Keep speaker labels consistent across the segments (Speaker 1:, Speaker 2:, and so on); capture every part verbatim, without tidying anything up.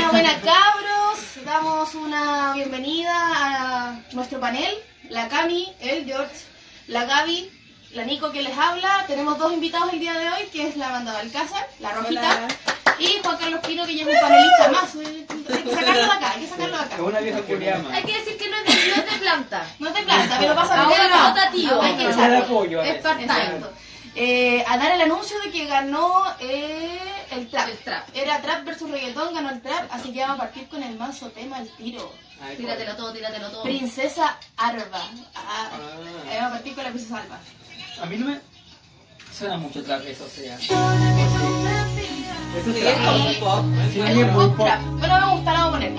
Speaker 1: Buena, buena cabros, damos una bienvenida a nuestro panel, la Cami, el George, la Gaby, la Nico que les habla. Tenemos dos invitados el día de hoy, que es la Amanda Balcázar, la Rojita, hola, y Juan Carlos Pino, que ya es un panelista más. Hay que sacarlo de acá, hay que sacarlo de acá.
Speaker 2: Una vieja curiama.
Speaker 3: Hay que decir que no es de, no es de planta.
Speaker 1: No es de planta, pero pasa
Speaker 3: Ahora
Speaker 1: por
Speaker 3: no, rotativo.
Speaker 1: Hay que
Speaker 2: Es
Speaker 1: echarlo.
Speaker 2: de apoyo.
Speaker 3: Es part-time.
Speaker 1: Eh, a dar el anuncio de que ganó eh, el trap.
Speaker 3: El trap.
Speaker 1: Era trap versus reggaetón, ganó el trap, así que vamos a partir con el manso tema, el tiro.
Speaker 2: Ay,
Speaker 3: Tíratelo todo, tíratelo todo.
Speaker 1: Princesa Arba. Ah,
Speaker 2: Ah.
Speaker 1: eh, vamos a partir con la princesa Arba.
Speaker 2: A mí no me suena mucho trap eso, o sea. Eso
Speaker 4: Sí,
Speaker 2: es
Speaker 4: es como
Speaker 2: trap.
Speaker 4: un pop.
Speaker 2: Sí,
Speaker 1: Es
Speaker 2: es
Speaker 1: un
Speaker 2: muy
Speaker 1: pop
Speaker 2: pop.
Speaker 1: trap. Bueno, me gusta, la vamos a poner.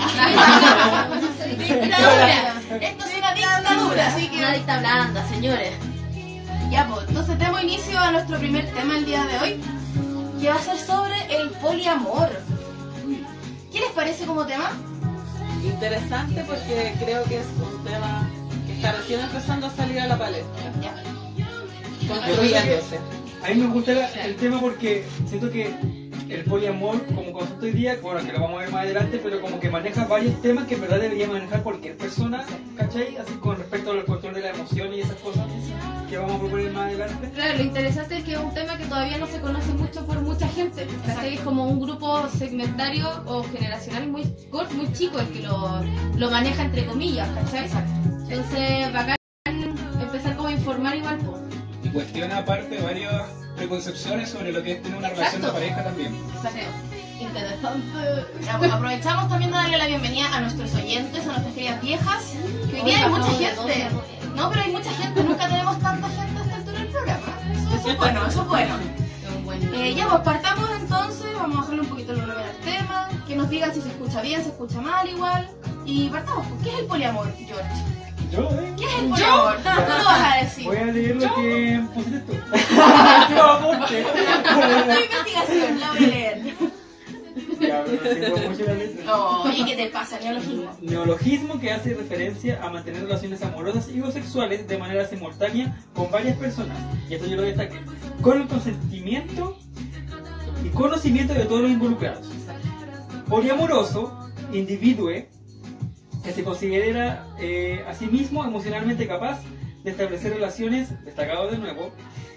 Speaker 3: Dictadura.
Speaker 1: Esto es una dictadura, así que...
Speaker 3: Una dicta blanda, señores.
Speaker 1: Ya, pues, entonces damos inicio a nuestro primer tema el día de hoy, que va a ser sobre el poliamor. ¿Qué les parece como tema?
Speaker 4: Interesante porque creo que es un tema que está recién empezando a salir a la palestra.
Speaker 1: Ya.
Speaker 4: Construyéndose.
Speaker 2: A mí me gusta la- el tema porque siento que el poliamor, como concepto hoy día, bueno, que lo vamos a ver más adelante, pero como que maneja varios temas que en verdad debería manejar cualquier persona, ¿cachai? Así con respecto al control de la emoción y esas cosas que vamos a proponer más adelante.
Speaker 3: Claro, lo interesante es que es un tema que todavía no se conoce mucho por mucha gente. ¿Cachai? Es como un grupo segmentario o generacional muy corto, muy chico el que lo, lo maneja entre comillas, ¿cachai? Entonces, bacán empezar como a informar igual, pues.
Speaker 5: Y cuestiona aparte varias preconcepciones sobre lo que es tener una relación de
Speaker 3: Exacto.
Speaker 5: pareja también.
Speaker 1: Exacto. Interesante. Ya, pues, aprovechamos también de darle la bienvenida a nuestros oyentes, a nuestras queridas viejas, que hoy día hay mucha gente. No, pero hay mucha gente, nunca tenemos tanta gente a esta altura del programa. Eso, eso es bueno, eso es bueno.
Speaker 3: Es un buen
Speaker 1: Eh, ya, pues partamos entonces, vamos a bajarle un poquito el volumen al tema, que nos digan si se escucha bien, se escucha mal igual. Y partamos, pues, ¿qué es el poliamor, George?
Speaker 2: Yo, ¿eh?
Speaker 1: ¿Qué es el poliamor? ¿Qué lo vas a decir?
Speaker 2: Voy a leer lo que pusiste tú. Yo aporte.
Speaker 1: Tu investigación, la voy a leer.
Speaker 2: Ya, pero tengo mucho la letra.
Speaker 1: No, ¿y qué te pasa, neologismo?
Speaker 2: Neologismo que hace referencia a mantener relaciones amorosas y o sexuales de manera simultánea con varias personas. Y esto yo lo destaqué. Con el consentimiento y conocimiento de todos los involucrados. Poliamoroso, individue que se considera eh, a sí mismo emocionalmente capaz de establecer relaciones, destacado de nuevo,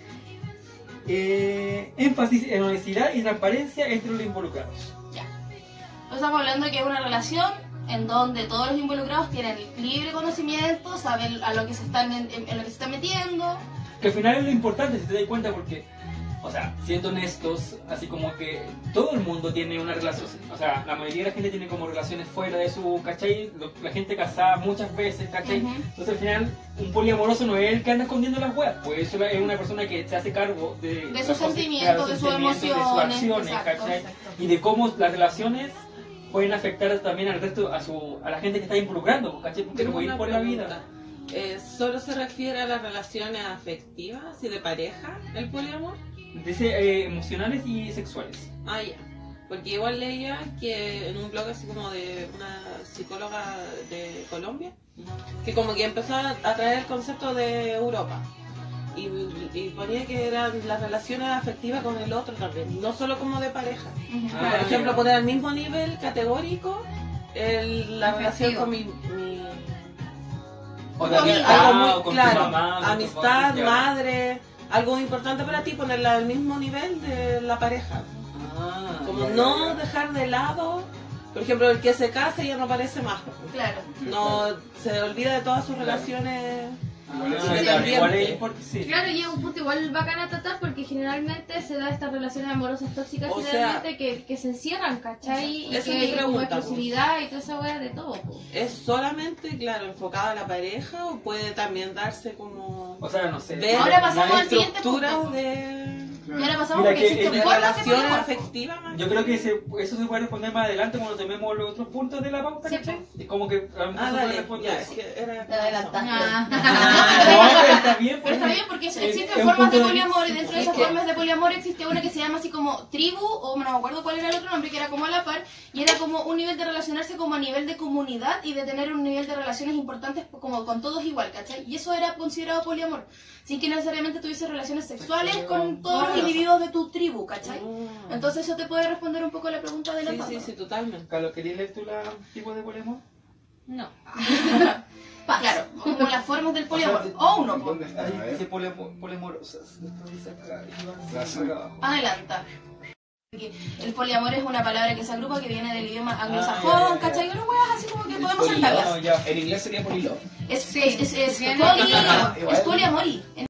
Speaker 2: eh, énfasis en honestidad y transparencia entre los involucrados.
Speaker 1: Ya. Estamos hablando de que es una relación en donde todos los involucrados tienen libre conocimiento, saben a lo que se están en, en lo que se están metiendo.
Speaker 2: Que al final es lo importante, si te das cuenta, porque, o sea, siendo honestos, así como que todo el mundo tiene una relación, o sea, la mayoría de la gente tiene como relaciones fuera de su, ¿cachai? Lo- La gente casada muchas veces, ¿cachai?
Speaker 1: Ujú.
Speaker 2: Entonces al final, un poliamoroso no es el que anda escondiendo las weas, pues eso es una persona que se hace cargo de,
Speaker 1: De
Speaker 2: las
Speaker 1: sus
Speaker 2: cosas-
Speaker 1: sentimientos,
Speaker 2: claro,
Speaker 1: de sus
Speaker 2: sentimientos, de sus
Speaker 1: emociones,
Speaker 2: acciones,
Speaker 1: exacto,
Speaker 2: ¿cachai?
Speaker 1: exacto.
Speaker 2: Y de cómo las relaciones pueden afectar también al resto, a su a la gente que está involucrando, ¿cachai? Porque no
Speaker 4: Tengo
Speaker 2: puede ir
Speaker 4: una
Speaker 2: por la vida.
Speaker 4: pregunta. Eh, ¿Solo se refiere a las relaciones afectivas y de pareja, el poliamor?
Speaker 2: Dice eh, emocionales y sexuales.
Speaker 4: Ah, ya. Porque igual leía que en un blog así como de una psicóloga de Colombia, que como que empezó a a traer el concepto de Europa. Y, y ponía que eran las relaciones afectivas con el otro también, no solo como de pareja.
Speaker 1: Ujú.
Speaker 2: Ah,
Speaker 4: Por ejemplo,
Speaker 2: ya.
Speaker 4: poner al mismo nivel categórico el- la relación
Speaker 3: Afectivo.
Speaker 4: con mi, mi
Speaker 2: O de
Speaker 1: Algo
Speaker 2: amistad,
Speaker 4: algo muy
Speaker 2: o con
Speaker 4: claro,
Speaker 2: tu mamá, con tu
Speaker 4: amistad,
Speaker 2: papá, ya.
Speaker 4: madre, algo importante para ti, ponerla al mismo nivel de la pareja.
Speaker 2: Ah,
Speaker 4: Como
Speaker 2: ya, ya,
Speaker 4: no
Speaker 2: ya.
Speaker 4: dejar de lado, por ejemplo, el que se casa ya no aparece más.
Speaker 1: Claro.
Speaker 4: No se olvida de todas sus relaciones.
Speaker 2: Ah,
Speaker 4: Sí,
Speaker 2: ya,
Speaker 4: también.
Speaker 2: igual es porque sí.
Speaker 3: Claro, y es un punto igual bacán a tratar porque generalmente se da estas relaciones amorosas tóxicas
Speaker 4: O sea,
Speaker 3: generalmente que, que se encierran, ¿cachai? Y
Speaker 4: esa
Speaker 3: que
Speaker 4: es mi
Speaker 3: hay como
Speaker 4: pregunta,
Speaker 3: exclusividad y toda esa wea de todo, po.
Speaker 4: ¿Es solamente, claro, enfocada a la pareja o puede también darse como
Speaker 2: O sea, no sé.
Speaker 4: ver
Speaker 1: Ahora pasamos
Speaker 4: la
Speaker 1: al siguiente
Speaker 4: estructura
Speaker 1: punto.
Speaker 4: de,
Speaker 1: Y ahora pasamos
Speaker 2: Mira
Speaker 1: porque
Speaker 2: que
Speaker 1: existen
Speaker 4: de
Speaker 2: en
Speaker 1: formas de
Speaker 4: relaciones
Speaker 1: poliamor.
Speaker 4: afectivas más?
Speaker 2: Yo creo que se- eso se puede responder más adelante cuando tomemos los otros puntos de la pauta,
Speaker 1: Sí,
Speaker 2: ¿cachai? Y como que a lo mejor
Speaker 4: Ah,
Speaker 2: se puede
Speaker 4: dale,
Speaker 2: responder
Speaker 4: ya,
Speaker 2: eso.
Speaker 4: es que era...
Speaker 1: Te adelantaste.
Speaker 2: No, pero está bien.
Speaker 1: Pero está
Speaker 2: porque
Speaker 1: bien porque
Speaker 2: es-
Speaker 1: existen
Speaker 2: es un
Speaker 1: formas
Speaker 2: punto
Speaker 1: de
Speaker 2: de
Speaker 1: poliamor y
Speaker 2: vista.
Speaker 1: dentro de
Speaker 4: Es
Speaker 1: esas
Speaker 4: que-
Speaker 1: formas de poliamor existe una que se llama así como tribu o no me acuerdo cuál era el otro nombre que era como a la par y era como un nivel de relacionarse como a nivel de comunidad y de tener un nivel de relaciones importantes como con todos igual, ¿cachai? Y eso era considerado poliamor, sin que necesariamente tuviese relaciones sexuales con todos los individuos de tu tribu, ¿cachai?
Speaker 4: Ah.
Speaker 1: Entonces eso te puede responder un poco la pregunta de la
Speaker 4: Sí,
Speaker 1: papa.
Speaker 4: sí, sí, totalmente.
Speaker 2: Carlos, ¿querías leer tú los tipos de poliamor?
Speaker 3: No.
Speaker 1: Claro, como las formas del poliamor. O uno, po.
Speaker 5: ¿Dónde está? A
Speaker 2: Ahí
Speaker 5: ver.
Speaker 2: dice poliamo- poliamorosas. Esto dice acá, y va
Speaker 5: Gracias.
Speaker 2: acá abajo.
Speaker 1: Adelanta. El poliamor es una palabra que se agrupa que viene del idioma
Speaker 2: Ah, ya,
Speaker 1: anglosajón,
Speaker 2: ya,
Speaker 1: ¿cachai?
Speaker 2: ya.
Speaker 1: Pero weas así como que podemos
Speaker 5: Polilo.
Speaker 1: saltarlas.
Speaker 2: No, ya.
Speaker 5: En inglés sería polilo.
Speaker 1: Es,
Speaker 3: Sí,
Speaker 1: es, es, es,
Speaker 3: viene-
Speaker 1: poli,
Speaker 5: Igual.
Speaker 1: es poliamori en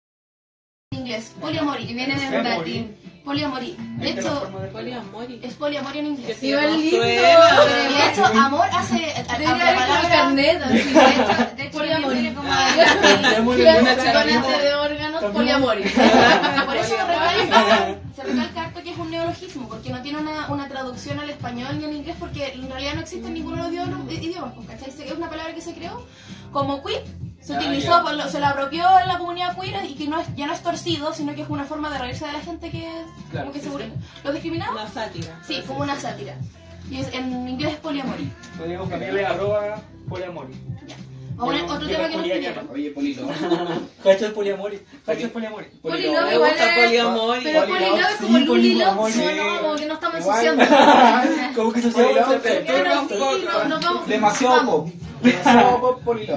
Speaker 1: inglés,
Speaker 3: Y
Speaker 1: poliamori,
Speaker 3: viene
Speaker 2: Sí,
Speaker 3: del
Speaker 2: morí.
Speaker 3: latín.
Speaker 1: poliamori. De
Speaker 2: Esta es la
Speaker 1: hecho,
Speaker 2: forma del
Speaker 4: Poliamori.
Speaker 1: es poliamori en
Speaker 4: Que
Speaker 1: inglés.
Speaker 4: sí,
Speaker 3: Igual
Speaker 4: no
Speaker 3: lindo.
Speaker 4: suena.
Speaker 1: De hecho, amor hace a, a
Speaker 3: Debería
Speaker 1: la
Speaker 3: haber como
Speaker 1: palabra
Speaker 3: carnet, así, de hecho, de hecho,
Speaker 1: Poliamor.
Speaker 3: viene como
Speaker 2: Poliamor es
Speaker 3: Claro,
Speaker 2: una
Speaker 3: donante
Speaker 2: charla.
Speaker 3: de órganos,
Speaker 2: También.
Speaker 3: poliamori.
Speaker 1: Por eso se recalca, se recalca harto que es un neologismo, porque no tiene una, una traducción al español ni al inglés, porque en realidad no existe en ninguno de los idiomas, idiomas, pues, ¿cachai? Es una palabra que se creó como queer, se
Speaker 2: Ah,
Speaker 1: utilizó,
Speaker 2: ya.
Speaker 1: por lo- se la apropió en la comunidad queer y que no es, ya no es torcido, sino que es una forma de reírse de la gente que,
Speaker 2: Claro,
Speaker 1: como que
Speaker 2: sí,
Speaker 1: se
Speaker 2: sí.
Speaker 1: burla. ¿Los discriminados?
Speaker 4: Una sátira.
Speaker 1: Sí, como una sátira. Y es- en inglés es poliamori.
Speaker 2: Podríamos cambiarle arroba poliamori.
Speaker 1: Ahora,
Speaker 2: Pero
Speaker 1: otro
Speaker 2: llega
Speaker 1: tema que nos
Speaker 2: poliamor.
Speaker 1: pidieron.
Speaker 5: Oye, polilo.
Speaker 2: Cacho es poliamori. Cacho es poliamori.
Speaker 5: Polilo.
Speaker 3: Polilo.
Speaker 4: Me
Speaker 3: Igual
Speaker 4: gusta
Speaker 3: es-
Speaker 4: poliamor.
Speaker 3: Pero
Speaker 5: Polilo,
Speaker 3: polilo es
Speaker 2: sí,
Speaker 3: como Lulilo,
Speaker 2: poliamor,
Speaker 3: no,
Speaker 5: sí.
Speaker 3: no, como que no estamos
Speaker 5: Igual.
Speaker 3: ensuciando.
Speaker 2: ¿Cómo que se
Speaker 5: Polilo.
Speaker 2: llama?
Speaker 3: Bueno, sí, no, no vamos.
Speaker 5: Demasiado
Speaker 3: vamos.
Speaker 5: pop. Demasiado pop polilo.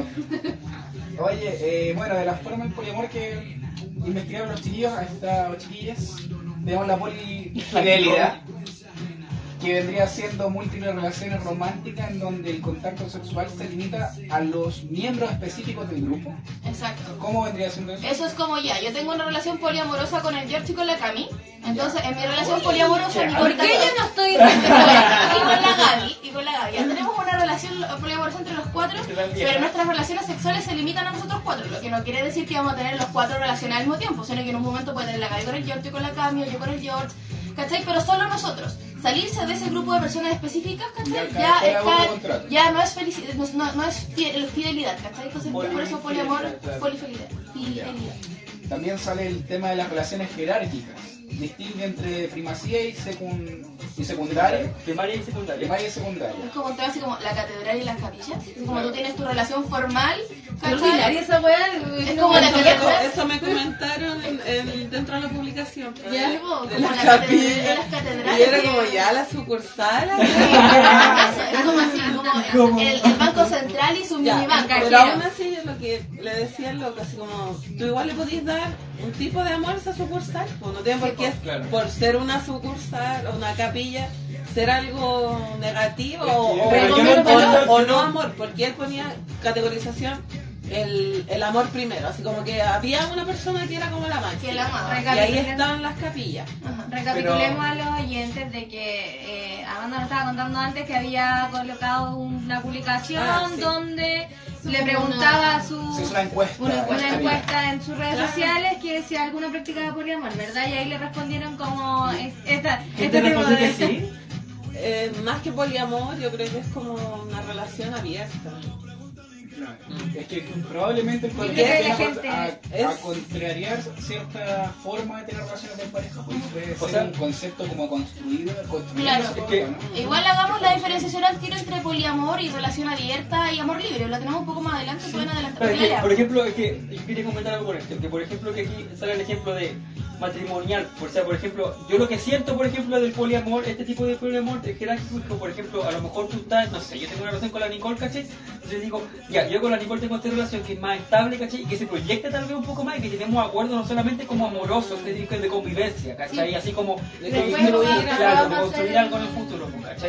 Speaker 5: Oye, eh, bueno, de las formas del poliamor que investigaron los chiquillos, a esta o chiquillas, tenemos la polifidelidad, que vendría siendo múltiples relaciones románticas en donde el contacto sexual se limita a los miembros específicos del grupo.
Speaker 1: Exacto.
Speaker 5: ¿Cómo vendría siendo eso?
Speaker 1: Eso es como ya, yo tengo una relación poliamorosa con el George y con la Cami. Entonces, en mi relación poliamorosa, mi
Speaker 3: ¿Por qué
Speaker 1: contacto-
Speaker 3: yo no estoy
Speaker 1: y con la Gaby, y con la Gaby. Ya tenemos una relación poliamorosa entre los cuatro, pero nuestras relaciones sexuales se limitan a nosotros cuatro, lo que no quiere decir que vamos a tener los cuatro relaciones al mismo tiempo, sino que en un momento puede tener la Gaby con el George, yo con la Cami, o yo con el George, ¿cachai? Pero solo nosotros. Salirse de ese grupo de personas específicas, ¿cachai?
Speaker 5: Ya
Speaker 1: Ya,
Speaker 5: cae
Speaker 1: es,
Speaker 5: fuera de
Speaker 1: caer-
Speaker 5: contrato.
Speaker 1: ya no es felicidad, no, no- no es fie- fidelidad, ¿cachai? Entonces, por eso poliamor,
Speaker 2: Polifidelidad, claro.
Speaker 1: polifidelidad. Fidelidad.
Speaker 5: También sale el tema de las relaciones jerárquicas. Distingue entre primacía y, secun- y secundaria.
Speaker 2: Primaria y secundaria.
Speaker 5: Primaria y secundaria.
Speaker 1: Es como un tema así como la catedral y las capillas. Es como tú tienes tu relación formal,
Speaker 3: Qué ordinaria
Speaker 1: ¿cachai?
Speaker 3: esa weá.
Speaker 1: Es como la
Speaker 4: Eso me,
Speaker 1: catedral.
Speaker 4: eso me comentaron en, en- dentro de la publicación.
Speaker 3: Ya,
Speaker 4: de,
Speaker 1: como
Speaker 4: de
Speaker 1: la
Speaker 4: las
Speaker 1: catedral, de
Speaker 4: capillas.
Speaker 1: las catedrales.
Speaker 4: Y era como ya la sucursal. así.
Speaker 1: Eso, es como así, como
Speaker 2: ¿Cómo?
Speaker 1: el, el Banco Central y su
Speaker 4: Ya,
Speaker 1: minibanco.
Speaker 4: pero aún así yo lo que le decía al loco, así como, tú igual le podías dar un tipo de amor a esa sucursal, pues no tiene por qué,
Speaker 5: claro.
Speaker 4: por ser una sucursal o una capilla, ser algo negativo
Speaker 5: Es que-
Speaker 4: o,
Speaker 2: Pero
Speaker 4: o-
Speaker 2: yo no
Speaker 4: o-
Speaker 2: entiendo-
Speaker 4: o no amor, porque él ponía categorización el, el amor primero, así como que había una persona que era como la máxima.
Speaker 1: Que la amaba.
Speaker 4: Y ahí estaban las capillas.
Speaker 1: Ajá.
Speaker 3: Recapitulemos
Speaker 2: Pero-
Speaker 3: a los oyentes de que eh, Amanda nos estaba contando antes que había colocado una publicación
Speaker 4: Ah, sí.
Speaker 3: donde le preguntaba a su
Speaker 5: Se hizo una encuesta.
Speaker 3: una, una
Speaker 5: Esta
Speaker 3: encuesta en sus redes
Speaker 4: Claro.
Speaker 3: sociales que si alguna practicaba poliamor, ¿verdad? Y ahí le respondieron como es- esta,
Speaker 2: ¿Qué
Speaker 3: este
Speaker 2: te
Speaker 3: tipo
Speaker 2: respondió
Speaker 3: de...
Speaker 2: que sí?
Speaker 4: Eh, más que poliamor, yo creo que es como una relación abierta.
Speaker 5: No, es que probablemente el
Speaker 4: Porque
Speaker 5: poliamor
Speaker 3: la
Speaker 5: tiende
Speaker 3: gente
Speaker 5: a, a
Speaker 4: es-
Speaker 5: contrariar cierta forma de tener relaciones de pareja. Pues puede
Speaker 2: O
Speaker 5: ser
Speaker 2: sea-
Speaker 5: un concepto como construido, construido
Speaker 1: Claro.
Speaker 5: sobre
Speaker 2: Es que-
Speaker 5: todo, ¿no?
Speaker 1: Igual hagamos la diferenciación al tiro entre poliamor y relación abierta y amor libre. La tenemos un poco más adelante, pueden adelantar.
Speaker 2: Pero es que,
Speaker 1: Dale,
Speaker 2: por ejemplo, es que yo quería comentar algo con esto, que por ejemplo que aquí sale el ejemplo de matrimonial, o sea, por ejemplo, yo lo que siento, por ejemplo, del poliamor, este tipo de poliamor de jerárquico, es que, por ejemplo, a lo mejor tú estás, no sé, yo tengo una relación con la Nicole, ¿cachai? Entonces digo, ya, yo con la Nicole tengo esta relación que es más estable, ¿cachai? Y que se proyecta tal vez un poco más y que tenemos acuerdos no solamente como amorosos, que es de convivencia, ¿cachai? Así como de
Speaker 4: Después
Speaker 2: construir,
Speaker 4: vamos a-
Speaker 2: claro, de
Speaker 3: vamos a
Speaker 2: construir
Speaker 3: hacer-
Speaker 2: algo en el futuro, ¿cachai?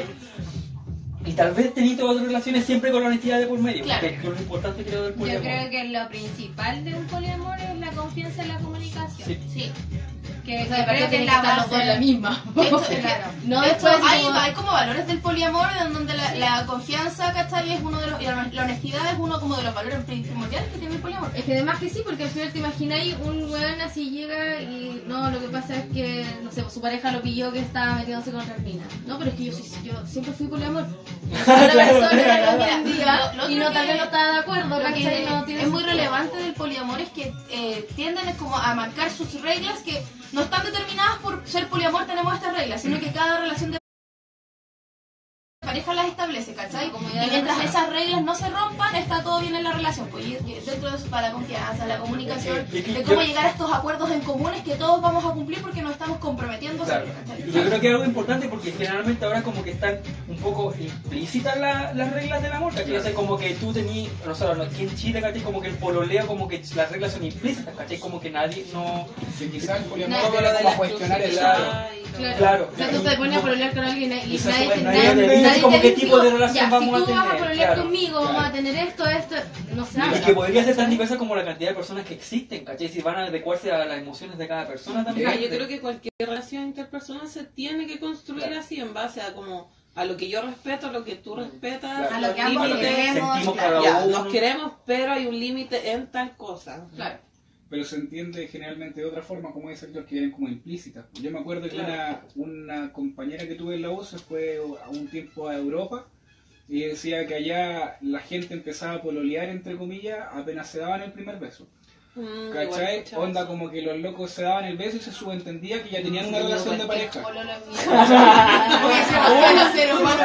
Speaker 2: Y tal vez tenéis todas otras relaciones siempre con la honestidad de por medio,
Speaker 1: Claro.
Speaker 2: que es lo importante creo del
Speaker 3: Yo
Speaker 2: poliamor.
Speaker 3: creo que lo principal de un poliamor es la confianza en la comunicación.
Speaker 2: Sí.
Speaker 1: Sí.
Speaker 3: Que,
Speaker 1: O
Speaker 3: que
Speaker 1: sea, ¿para
Speaker 3: creo
Speaker 1: qué
Speaker 3: que
Speaker 1: tienen
Speaker 3: es
Speaker 1: que
Speaker 3: la
Speaker 1: estar los
Speaker 3: base
Speaker 1: dos en la
Speaker 3: misma.
Speaker 1: De hecho, es que-
Speaker 3: Claro.
Speaker 1: No,
Speaker 3: De
Speaker 1: de
Speaker 3: hecho,
Speaker 1: hecho,
Speaker 3: así
Speaker 1: hay,
Speaker 3: como-
Speaker 1: hay como valores del poliamor en donde la, la confianza, ¿cachai? Es uno de los, y la la honestidad es uno como de los valores primordiales que tiene el poliamor.
Speaker 3: Es que además que sí, porque al final te imagináis un weón así llega y no, lo que pasa es que, no sé, su pareja lo pilló que estaba metiéndose con otras minas. No, pero es que yo, sí- yo siempre fui poliamor. La persona lo entendía
Speaker 1: Lo- lo
Speaker 3: y no
Speaker 1: otro
Speaker 3: tal
Speaker 1: que-
Speaker 3: vez no estaba de acuerdo,
Speaker 1: Lo que
Speaker 3: ¿cachai? No tiene
Speaker 1: es muy
Speaker 3: sentido.
Speaker 1: relevante del poliamor es que eh, tienden es como a marcar sus reglas que no están determinadas por ser poliamor tenemos estas reglas, sino que cada relación de pareja las establece, ¿cachai?
Speaker 3: Como ya
Speaker 1: Y mientras
Speaker 3: lo
Speaker 1: esas reglas no se rompan, está todo bien en la relación. Pues y- y dentro de eso está la confianza, la comunicación,
Speaker 2: Es que
Speaker 1: de
Speaker 2: yo-
Speaker 1: cómo llegar a estos acuerdos en comunes que todos vamos a cumplir porque nos estamos comprometiendo.
Speaker 5: Claro.
Speaker 1: ¿cachai?
Speaker 2: Y yo creo que es algo importante porque generalmente ahora como que están un poco implícitas la- las reglas del amor, ¿cachai? O sea, como que tú tenías, nosotros aquí en Chile, ¿cachai? Como que el pololeo, como que las reglas son implícitas, ¿cachai? Como que nadie, no...
Speaker 5: Que quizás el poliamor
Speaker 3: No,
Speaker 5: viene
Speaker 4: lo de
Speaker 5: como
Speaker 4: la
Speaker 5: a cuestionar el
Speaker 4: exclusividad y todo.
Speaker 3: Claro.
Speaker 2: Claro.
Speaker 3: O sea, tú te pones a pololear con alguien y
Speaker 2: Y se
Speaker 3: nadie te
Speaker 2: sube-
Speaker 3: nadie-
Speaker 2: nadie te dice
Speaker 3: nadie
Speaker 2: como
Speaker 3: te
Speaker 2: qué
Speaker 3: dice,
Speaker 2: tipo de relación
Speaker 3: ya,
Speaker 2: vamos a
Speaker 3: si tú vas a
Speaker 2: tener,
Speaker 3: pololear
Speaker 2: claro,
Speaker 3: conmigo, vamos
Speaker 5: claro.
Speaker 3: a tener esto, esto, no se
Speaker 2: Y
Speaker 3: habla.
Speaker 2: que podría ser tan diversa como la cantidad de personas que existen, ¿cachai? Si van a adecuarse a las emociones de cada persona también.
Speaker 4: Mira, yo creo que cualquier relación interpersonal se tiene que construir así, en base a como a lo que yo respeto, a lo que tú respetas,
Speaker 1: A lo
Speaker 4: los
Speaker 1: que ambos
Speaker 4: límites.
Speaker 1: queremos.
Speaker 2: Sentimos
Speaker 1: claro.
Speaker 2: cada
Speaker 4: Ya,
Speaker 2: uno.
Speaker 4: nos queremos, pero hay un límite en tal cosa.
Speaker 3: Claro.
Speaker 5: Pero se entiende generalmente de otra forma, como dice Héctor, que vienen como implícitas. Yo me acuerdo que
Speaker 4: Claro.
Speaker 5: una, una compañera que tuve en la U se fue a un tiempo a Europa y decía que allá la gente empezaba a pololear, entre comillas, apenas se daban el primer beso.
Speaker 4: Mm, igual
Speaker 5: ¿Cachai?
Speaker 4: escuchaba
Speaker 5: Onda
Speaker 4: eso.
Speaker 5: como que los locos se daban el beso y se subentendía que ya tenían una relación de pareja.
Speaker 1: Pololo es mío. Voy a ser cero, cero, mano,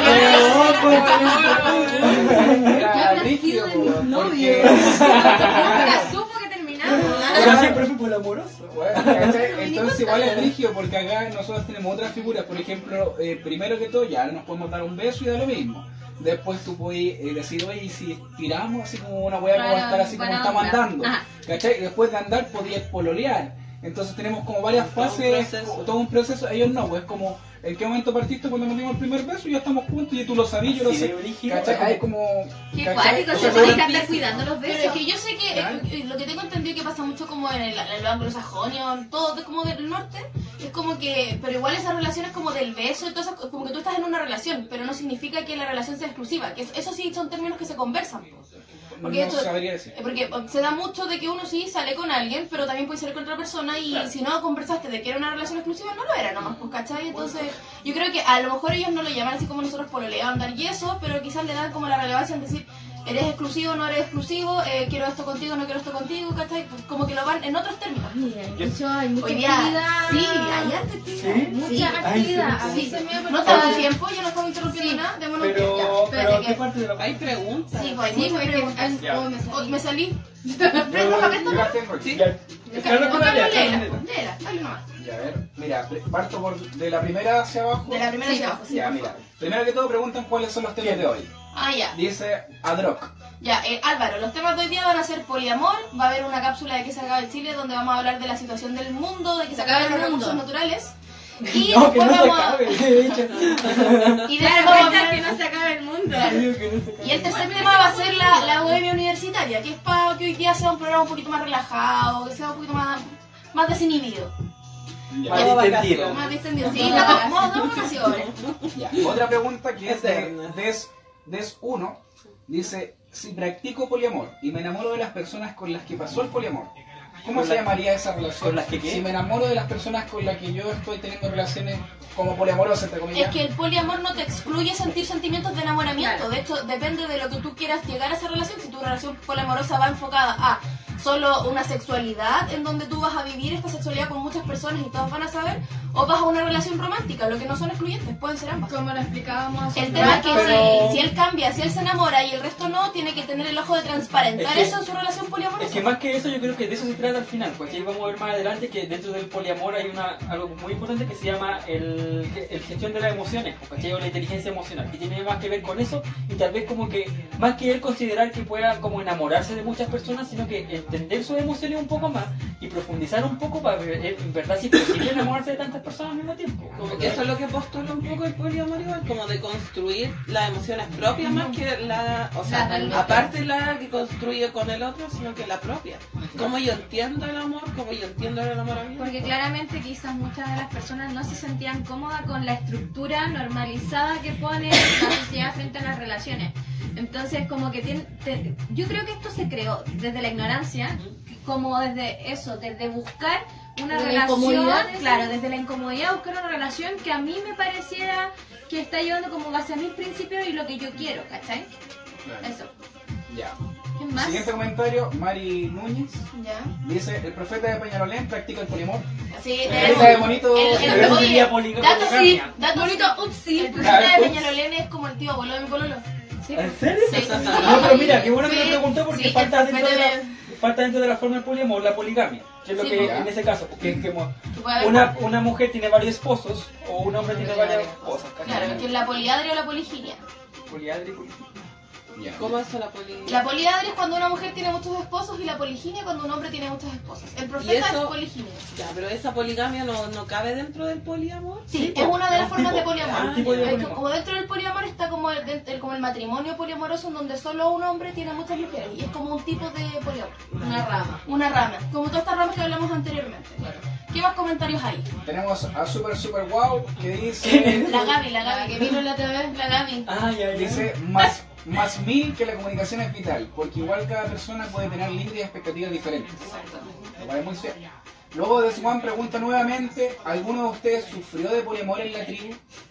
Speaker 5: Era rígido, porque...
Speaker 3: Nunca supo que terminamos.
Speaker 2: Yo siempre fui polamoroso.
Speaker 5: Bueno, ¿cachai? Entonces igual es rígido porque acá nosotros tenemos otras figuras, por ejemplo, eh, primero que todo ya nos podemos dar un beso y da lo mismo. Después tú puedes eh, decir, oye, y si tiramos así como una weá como
Speaker 3: Claro,
Speaker 5: estar así como
Speaker 3: buena
Speaker 5: estamos
Speaker 3: onda.
Speaker 5: andando,
Speaker 3: Ajá.
Speaker 5: ¿cachai? Y después de andar podías pololear. Entonces tenemos como varias
Speaker 4: Todo un
Speaker 5: fases,
Speaker 4: proceso.
Speaker 5: todo un proceso. Ellos no, pues como, ¿en qué momento partiste cuando nos dimos el primer beso? Y ya estamos juntos y tú lo sabías, yo lo
Speaker 2: Sí,
Speaker 5: sé.
Speaker 2: de brígido.
Speaker 5: ¿Cachai? Hay como...
Speaker 3: Qué
Speaker 5: ¿cachai?
Speaker 3: cuático,
Speaker 5: O
Speaker 3: se
Speaker 5: sea,
Speaker 3: tiene
Speaker 5: pero-
Speaker 3: que andar cuidando los
Speaker 1: Pero es
Speaker 3: besos.
Speaker 1: que yo sé que
Speaker 5: Claro.
Speaker 1: eh, lo que tengo entendido que pasa mucho como en el, en lo anglosajonio, en todo de- como del norte, es como que, pero igual esas relaciones como del beso, entonces como que tú estás en una relación, pero no significa que la relación sea exclusiva, que eso, eso sí son términos que se conversan. Porque
Speaker 5: no
Speaker 1: esto-
Speaker 5: sabría decir.
Speaker 1: Eh, Porque eh, se da mucho de que uno sí sale con alguien, pero también puede salir con otra persona y si no conversaste de que era una relación exclusiva, no lo era nomás, pues, ¿cachai? Entonces, yo creo que a lo mejor ellos no lo llaman así como nosotros pololear, andar y eso, pero quizás le dan como la relevancia en decir, eres exclusivo, no eres exclusivo, eh, quiero esto contigo, no quiero esto contigo, ¿cachai? Pues como que lo van en otros términos.
Speaker 3: Mira, hay mucho, hay mucha
Speaker 1: Hoy día,
Speaker 3: actividad.
Speaker 1: sí, hay harta actividad.
Speaker 2: ¿Sí?
Speaker 3: Mucha
Speaker 1: Sí.
Speaker 3: actividad.
Speaker 2: Ay,
Speaker 3: A mí
Speaker 1: sí.
Speaker 3: se me ha
Speaker 1: No
Speaker 3: pasado-
Speaker 1: tanto tiempo, ya no estamos interrumpiendo
Speaker 3: Sí.
Speaker 1: nada, démonos
Speaker 2: Pero,
Speaker 1: ya,
Speaker 2: pero,
Speaker 1: espérate
Speaker 2: ¿qué
Speaker 1: que...
Speaker 2: parte de la
Speaker 4: Hay preguntas.
Speaker 1: Sí, pues hay
Speaker 3: Sí,
Speaker 1: muchas
Speaker 3: porque
Speaker 1: preguntas.
Speaker 3: ay,
Speaker 2: Ya.
Speaker 3: oh, me salí.
Speaker 1: Oh, me salí.
Speaker 5: Yo,
Speaker 1: Préstame, préstame.
Speaker 5: yo las tengo aquí.
Speaker 4: Sí.
Speaker 2: Ya. Carlos con la
Speaker 1: Carlos,
Speaker 2: lea,
Speaker 1: léela,
Speaker 2: Carlos, léela.
Speaker 1: léela, dale nomás.
Speaker 5: Ya, a ver, mira, pre- parto por de la primera hacia abajo.
Speaker 1: De la primera
Speaker 3: Sí,
Speaker 1: hacia abajo, sí,
Speaker 5: Ya,
Speaker 1: por
Speaker 5: mira.
Speaker 1: favor.
Speaker 5: Primero que todo preguntan cuáles son los temas de hoy.
Speaker 1: Ah, ya.
Speaker 5: Dice Adrock.
Speaker 1: Ya, eh, Álvaro, los temas de hoy día van a ser poliamor, va a haber una cápsula de que se acaba el Chile donde vamos a hablar de la situación del mundo, de que se acaben los
Speaker 3: mundo.
Speaker 1: recursos naturales. Y
Speaker 2: No, que
Speaker 1: después
Speaker 2: no se
Speaker 1: vamos a...
Speaker 2: acabe, de hecho.
Speaker 1: Y después
Speaker 3: Claro,
Speaker 1: vamos a
Speaker 3: cuenta
Speaker 1: hablar-
Speaker 3: que no se acabe el mundo.
Speaker 1: Claro.
Speaker 2: Digo que no se acabe.
Speaker 1: Y el tercer tema va a ser la, la bohemia universitaria, que es para que hoy día sea un programa un poquito más relajado, que sea un poquito más, más desinhibido,
Speaker 2: Más
Speaker 4: Modo
Speaker 2: distendido.
Speaker 4: vacaciones.
Speaker 1: más distendido. Sí, estamos modo de vacaciones.
Speaker 5: Ya. Otra pregunta que es de
Speaker 4: Eterna.
Speaker 5: Des, Des uno. Dice, si practico poliamor y me enamoro de las personas con las que pasó el poliamor, ¿cómo
Speaker 2: ¿Con
Speaker 5: se
Speaker 2: la-
Speaker 5: llamaría esa relación?
Speaker 2: con las que qué?
Speaker 5: Si me enamoro de las personas con las que yo estoy teniendo relaciones como poliamorosas, entre comillas.
Speaker 1: Es que el poliamor no te excluye sentir sentimientos de enamoramiento.
Speaker 3: Claro.
Speaker 1: De hecho, depende de lo que tú quieras llegar a esa relación. Si tu relación poliamorosa va enfocada a solo una sexualidad, en donde tú vas a vivir esta sexualidad con muchas personas y todos van a saber, o vas a una relación romántica, lo que no son excluyentes, pueden ser ambas.
Speaker 3: Como lo explicábamos hace
Speaker 1: El
Speaker 3: un
Speaker 1: tema es que
Speaker 3: rato,
Speaker 2: Pero-
Speaker 1: si, si él cambia, si él se enamora y el resto no, tiene que tener el ojo de transparentar
Speaker 2: Es que-
Speaker 1: eso en su relación poliamorosa.
Speaker 2: Es que más que eso yo creo que de eso se trata al final, porque ahí vamos a ver más adelante que dentro del poliamor hay una algo muy importante que se llama el, el gestión de las emociones, ¿cachai? O la inteligencia emocional, que tiene más que ver con eso y tal vez como que más que él considerar que pueda como enamorarse de muchas personas, sino que entender sus emociones un poco más y profundizar un poco para ver en verdad si es posible enamorarse de tantas personas al mismo tiempo.
Speaker 4: Como que eso es lo que postula un poco el poliamor igual, como de construir las emociones propias más que la, o sea,
Speaker 3: La del otro.
Speaker 4: aparte la que construye con el otro, sino que la propia. Como yo entiendo el amor, como yo entiendo el enamoramiento.
Speaker 3: Porque claramente quizás muchas de las personas no se sentían cómodas con la estructura normalizada que pone la sociedad frente a las relaciones. Entonces, como que tiene, te- yo creo que esto se creó desde la ignorancia, como desde eso, desde buscar una
Speaker 1: Desde la
Speaker 3: relación,
Speaker 1: incomodidad, ¿sí?
Speaker 3: claro, desde la incomodidad buscar una relación que a mí me pareciera que está llevando como base a mis principios y lo que yo quiero, ¿cachai?
Speaker 5: Claro.
Speaker 3: Eso.
Speaker 5: Ya.
Speaker 3: ¿Qué más?
Speaker 5: Siguiente comentario, Mari Núñez.
Speaker 1: Ya.
Speaker 5: Dice, el profeta de Peñalolén practica el poliamor.
Speaker 1: Sí,
Speaker 5: Carita
Speaker 1: tenemos.
Speaker 5: de monito.
Speaker 1: El- el-
Speaker 2: Pero eso
Speaker 1: oye,
Speaker 2: sería poliga-
Speaker 1: dato sí,
Speaker 2: poligamia.
Speaker 1: dato
Speaker 3: Bonito,
Speaker 1: sí.
Speaker 3: upsi.
Speaker 1: El profeta de Peñalolén es como el tío abuelo de mi pololo.
Speaker 2: ¿En serio?
Speaker 1: Sí.
Speaker 2: No, pero mira, qué bueno que
Speaker 1: Sí,
Speaker 2: me preguntó porque
Speaker 1: sí,
Speaker 2: falta,
Speaker 1: el
Speaker 2: dentro de
Speaker 1: profeta
Speaker 2: la, falta dentro de la forma del poliamor la poligamia. Que es lo
Speaker 1: Sí,
Speaker 2: que
Speaker 1: pues.
Speaker 2: en ese caso, porque es como
Speaker 1: Que puede haber-
Speaker 2: una, una mujer tiene varios esposos o un hombre tiene varias esposas. ¿cachai?
Speaker 1: Claro, que es la poliadria o la poliginia.
Speaker 2: Poliadria y poliginia.
Speaker 5: Ya.
Speaker 4: ¿Cómo es la poli?
Speaker 1: La poliadria es cuando una mujer tiene muchos esposos y la poliginia cuando un hombre tiene muchas esposas. El
Speaker 4: ¿Y
Speaker 1: profeta
Speaker 4: eso?
Speaker 1: es poliginia.
Speaker 4: Ya, pero esa poligamia no, no cabe dentro del poliamor.
Speaker 1: Sí,
Speaker 2: Sí,
Speaker 1: es una de
Speaker 2: es
Speaker 1: las
Speaker 2: un
Speaker 1: formas
Speaker 2: tipo,
Speaker 1: de poliamor.
Speaker 2: es un tipo de
Speaker 1: Es
Speaker 2: poliamor.
Speaker 1: Como dentro del poliamor está como el, el- como el matrimonio poliamoroso en donde solo un hombre tiene muchas mujeres y es como un tipo de poliamor.
Speaker 3: Una rama.
Speaker 1: Una rama, como todas estas ramas que hablamos anteriormente. ¿Qué más comentarios hay?
Speaker 5: Tenemos a Super Super Wow que dice,
Speaker 1: La Gaby, la Gaby,
Speaker 3: Que
Speaker 1: que
Speaker 3: vino la otra vez.
Speaker 1: la Gaby.
Speaker 2: Ah, ya, ya.
Speaker 5: dice más, más mil que la comunicación es vital, porque igual cada persona puede tener líneas y expectativas diferentes.
Speaker 1: Exacto.
Speaker 5: Me parece muy cierto. Luego de Juan pregunta nuevamente, ¿alguno de ustedes sufrió de poliamor en la tribu?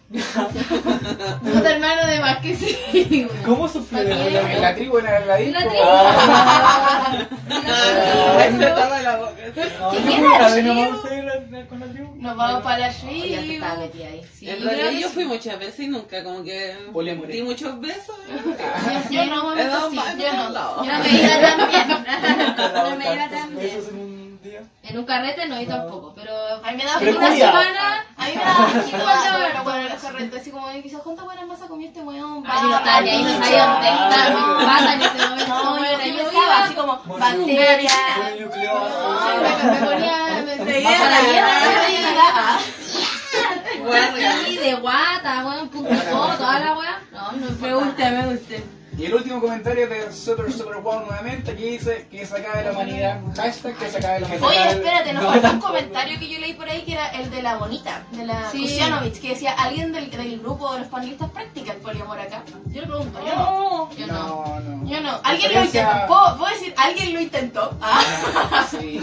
Speaker 3: Puta hermano de más que sí. güey.
Speaker 2: ¿Cómo sufrió de
Speaker 3: ¿Para qué?
Speaker 5: ¿En la
Speaker 2: poliamor?
Speaker 5: tribu en la
Speaker 3: En la
Speaker 5: disco?
Speaker 3: tribu.
Speaker 2: Ah.
Speaker 4: Ahí se tapa la boca.
Speaker 2: No,
Speaker 1: ¿Qué
Speaker 2: no,
Speaker 1: tiene
Speaker 2: una
Speaker 1: la
Speaker 2: vez no
Speaker 1: tribu?
Speaker 2: vamos a ir la- la- con la tribu.
Speaker 1: Nos vamos para la
Speaker 3: Oye, ya te
Speaker 1: tribu.
Speaker 3: estaba metida ahí. Sí,
Speaker 4: En
Speaker 3: yo creo
Speaker 4: realidad
Speaker 3: que
Speaker 4: yo
Speaker 3: sí.
Speaker 4: fui muchas veces y nunca como que
Speaker 5: Poliamor.
Speaker 4: di muchos besos.
Speaker 1: Yo no,
Speaker 4: He dado
Speaker 1: sí,
Speaker 4: más
Speaker 1: yo
Speaker 4: en
Speaker 1: no.
Speaker 4: todos lados.
Speaker 1: Yo no me iba tan bien.
Speaker 2: No
Speaker 1: me iba tan bien.
Speaker 2: Besos en un día.
Speaker 3: En un carrete no, yo tampoco, pero
Speaker 1: A mí me daba
Speaker 2: Pero
Speaker 1: una
Speaker 2: culia.
Speaker 1: semana. A mí me daba asquito cuando bueno, bueno, los carretes, así como quizás cuántas buenas masas comió este weón.
Speaker 3: Ay, no estaba ni ahí, no sabía dónde estaba, no pasa en ese momento.
Speaker 1: No,
Speaker 3: bueno,
Speaker 1: yo
Speaker 3: yo
Speaker 1: pensaba
Speaker 3: iba
Speaker 1: así como
Speaker 2: Bueno,
Speaker 1: bacterias.
Speaker 2: Bueno, nucleoso.
Speaker 1: Ay, me, me ponía, me
Speaker 3: Baja
Speaker 1: pegué
Speaker 3: la
Speaker 1: la
Speaker 3: hierba,
Speaker 1: hierba.
Speaker 3: Sí, de guata, bueno, punto todo, toda la weá. No, no me gusta, me gusta.
Speaker 5: Y el último comentario de Super Super Wow nuevamente, que dice que se acabe la humanidad. Hashtag que se acabe la humanidad.
Speaker 1: Oye, espérate, nos faltó un comentario que yo leí por ahí que era el de la bonita, de la
Speaker 3: Sí.
Speaker 1: Kusianovich, que decía, ¿alguien del, del grupo de los panelistas practica el poliamor acá? Yo le pregunto, yo no. Yo no.
Speaker 5: No, no.
Speaker 1: Yo no. ¿Alguien lo
Speaker 5: Referencia-
Speaker 1: intentó? ¿Puedo, puedo decir, alguien lo intentó? Ah.
Speaker 5: Sí,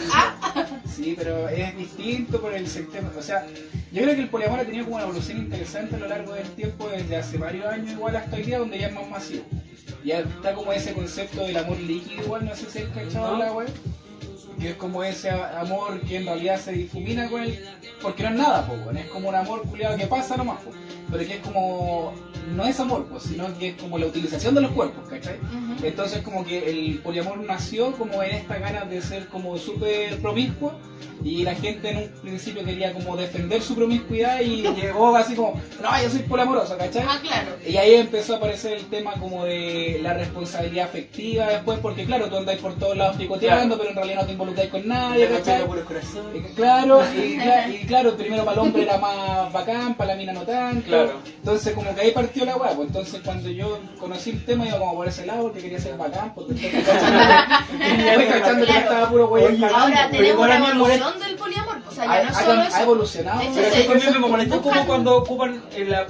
Speaker 5: sí, pero es distinto por el sistema. O sea, yo creo que el poliamor ha tenido como una evolución interesante a lo largo del tiempo, desde hace varios años igual hasta hoy día, donde ya es más masivo. Ya está como ese concepto del amor líquido igual, no sé si has cachado la web. Que es como ese a- amor que en realidad se difumina con él, porque no es nada, po, weón, es como un amor culiado que pasa nomás, po, pero que es como, no es amor, pues, sino que es como la utilización de los cuerpos, ¿cachai?
Speaker 1: Ujú.
Speaker 5: Entonces como que el poliamor nació como en esta ganas de ser como súper promiscuo y la gente en un principio quería como defender su promiscuidad y llegó así como, no, yo soy poliamoroso, ¿cachai?
Speaker 1: Ah, claro.
Speaker 5: Y ahí empezó a aparecer el tema como de la responsabilidad afectiva después, porque claro, tú andáis por todos lados picoteando, pero en realidad no te involucráis con nadie, ¿cachai?
Speaker 2: Por el corazón.
Speaker 5: Y claro, y, cla- y claro, primero para el hombre era más bacán, para la mina no tanto.
Speaker 2: Claro.
Speaker 5: Entonces como que ahí partió la hueá, pues entonces cuando yo conocí el tema iba como por ese lado porque quería ser bacán, porque estoy cachando, estoy cachando que
Speaker 1: Claro.
Speaker 5: estaba puro güey
Speaker 2: Oye,
Speaker 5: cagando.
Speaker 1: Ahora
Speaker 2: pero
Speaker 1: tenemos
Speaker 2: igual
Speaker 1: la
Speaker 2: a mí me molesta-
Speaker 1: evolución del poliamor. O sea,
Speaker 5: ha,
Speaker 1: ya no es
Speaker 5: ha-
Speaker 1: solo
Speaker 5: ha
Speaker 1: eso.
Speaker 5: evolucionado.
Speaker 1: De hecho,
Speaker 2: Pero
Speaker 1: se-
Speaker 2: eso también me molesta
Speaker 1: buscan-
Speaker 2: como cuando ocupan el, la,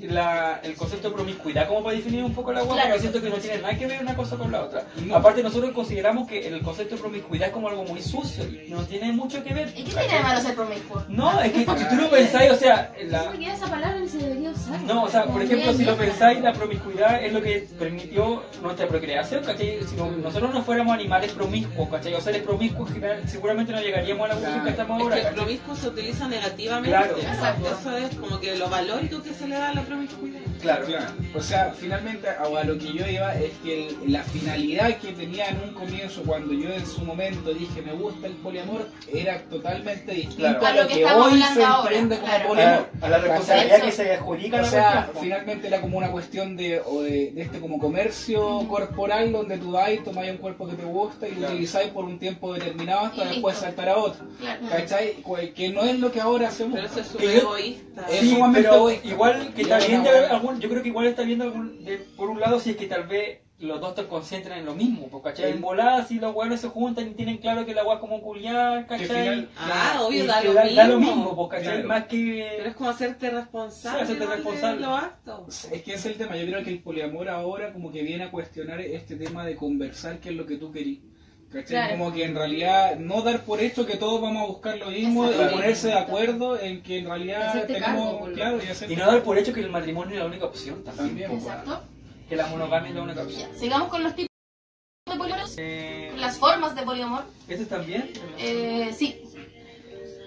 Speaker 2: la- el concepto de promiscuidad como para definir un poco la agua,
Speaker 1: Claro.
Speaker 2: porque siento que no tiene nada que ver una cosa con la otra.
Speaker 5: No.
Speaker 2: Aparte nosotros consideramos que el concepto de promiscuidad es como algo muy sucio y no tiene mucho que ver.
Speaker 1: ¿Y qué tiene de malo ser promiscuo?
Speaker 2: No, es que si tú lo pensáis, o sea, la-
Speaker 3: No me queda esa palabra ni se debería usar.
Speaker 2: no, o sea, por ejemplo, si lo pensáis, la promiscuidad es lo que permitió nuestra procreación, ¿cachai? Si no- nosotros no fuéramos animales promiscuos, ¿cachai? O seres promiscuos, general- seguramente no llegaríamos a la evolución que estamos
Speaker 4: Es
Speaker 2: ahora,
Speaker 4: que
Speaker 2: ¿cachai?
Speaker 4: promiscuo se utiliza negativamente.
Speaker 2: Claro.
Speaker 1: Exacto.
Speaker 4: Eso es como que lo valórico que se le da a la promiscuidad.
Speaker 2: Claro,
Speaker 5: Claro, o sea, finalmente a, a lo que yo iba es que el- la finalidad que tenía en un comienzo cuando yo en su momento dije me gusta el poliamor era totalmente distinto
Speaker 2: Claro.
Speaker 5: a lo que,
Speaker 1: estamos
Speaker 5: hoy
Speaker 1: hablando
Speaker 5: se
Speaker 1: ahora,
Speaker 5: entiende como
Speaker 1: claro.
Speaker 5: poliamor.
Speaker 2: a, a la responsabilidad
Speaker 1: Eso.
Speaker 2: que se adjudica
Speaker 5: O
Speaker 2: la
Speaker 5: sea,
Speaker 2: cuestión.
Speaker 5: finalmente era como una cuestión de, o de, de este como comercio corporal donde tú vais, tomáis un cuerpo que te gusta y lo
Speaker 2: Claro.
Speaker 5: utilizáis por un tiempo determinado hasta
Speaker 1: Y
Speaker 5: después
Speaker 1: listo.
Speaker 5: saltar a otro.
Speaker 1: Claro.
Speaker 5: ¿Cachai? Que- Que no es lo que ahora hacemos.
Speaker 4: Pero eso es
Speaker 2: Que
Speaker 4: súper
Speaker 2: yo-
Speaker 4: egoísta.
Speaker 5: Es
Speaker 2: Sí,
Speaker 5: sumamente
Speaker 2: pero
Speaker 5: egoísta.
Speaker 2: igual que
Speaker 5: Y
Speaker 2: está
Speaker 5: es
Speaker 2: bien
Speaker 5: una
Speaker 2: de
Speaker 5: buena-
Speaker 2: algún, yo creo que igual está viendo algún, de- por un lado si es que tal vez los dos te concentran en lo mismo, pues, ¿cachai?
Speaker 5: Sí.
Speaker 2: En voladas si los buenos se juntan y tienen claro que la agua es como culiar,
Speaker 5: Que
Speaker 2: ¿cachai?
Speaker 5: final-
Speaker 4: Ah, obvio,
Speaker 2: Y
Speaker 4: da
Speaker 2: que
Speaker 4: lo
Speaker 2: da,
Speaker 4: mismo.
Speaker 2: da lo mismo, pues, ¿cachai?
Speaker 5: Claro.
Speaker 2: Más
Speaker 4: Pero
Speaker 2: que...
Speaker 4: es como hacerte responsable,
Speaker 2: Sí, hacerte
Speaker 4: ¿no? de
Speaker 2: responsable.
Speaker 4: los actos.
Speaker 5: Es que ese es el tema, yo creo que el poliamor ahora como que viene a cuestionar este tema de conversar qué es lo que tú querís. ¿Cachai?
Speaker 3: Claro.
Speaker 5: Como que en realidad no dar por hecho que todos vamos a buscar lo mismo
Speaker 1: Exacto.
Speaker 5: y ponerse de acuerdo en que en realidad
Speaker 3: Hacerte
Speaker 5: tenemos,
Speaker 3: cargo, por lo-
Speaker 5: claro, y hacer
Speaker 2: Y no dar por hecho que el matrimonio es la única opción también,
Speaker 5: También,
Speaker 2: pues,
Speaker 1: Exacto.
Speaker 2: que la monogamia es la única opción.
Speaker 1: Ya, sigamos con los tipos de poliamor.
Speaker 2: Eh,
Speaker 1: Las formas de poliamor.
Speaker 2: ¿Eso también?
Speaker 1: Eh, sí.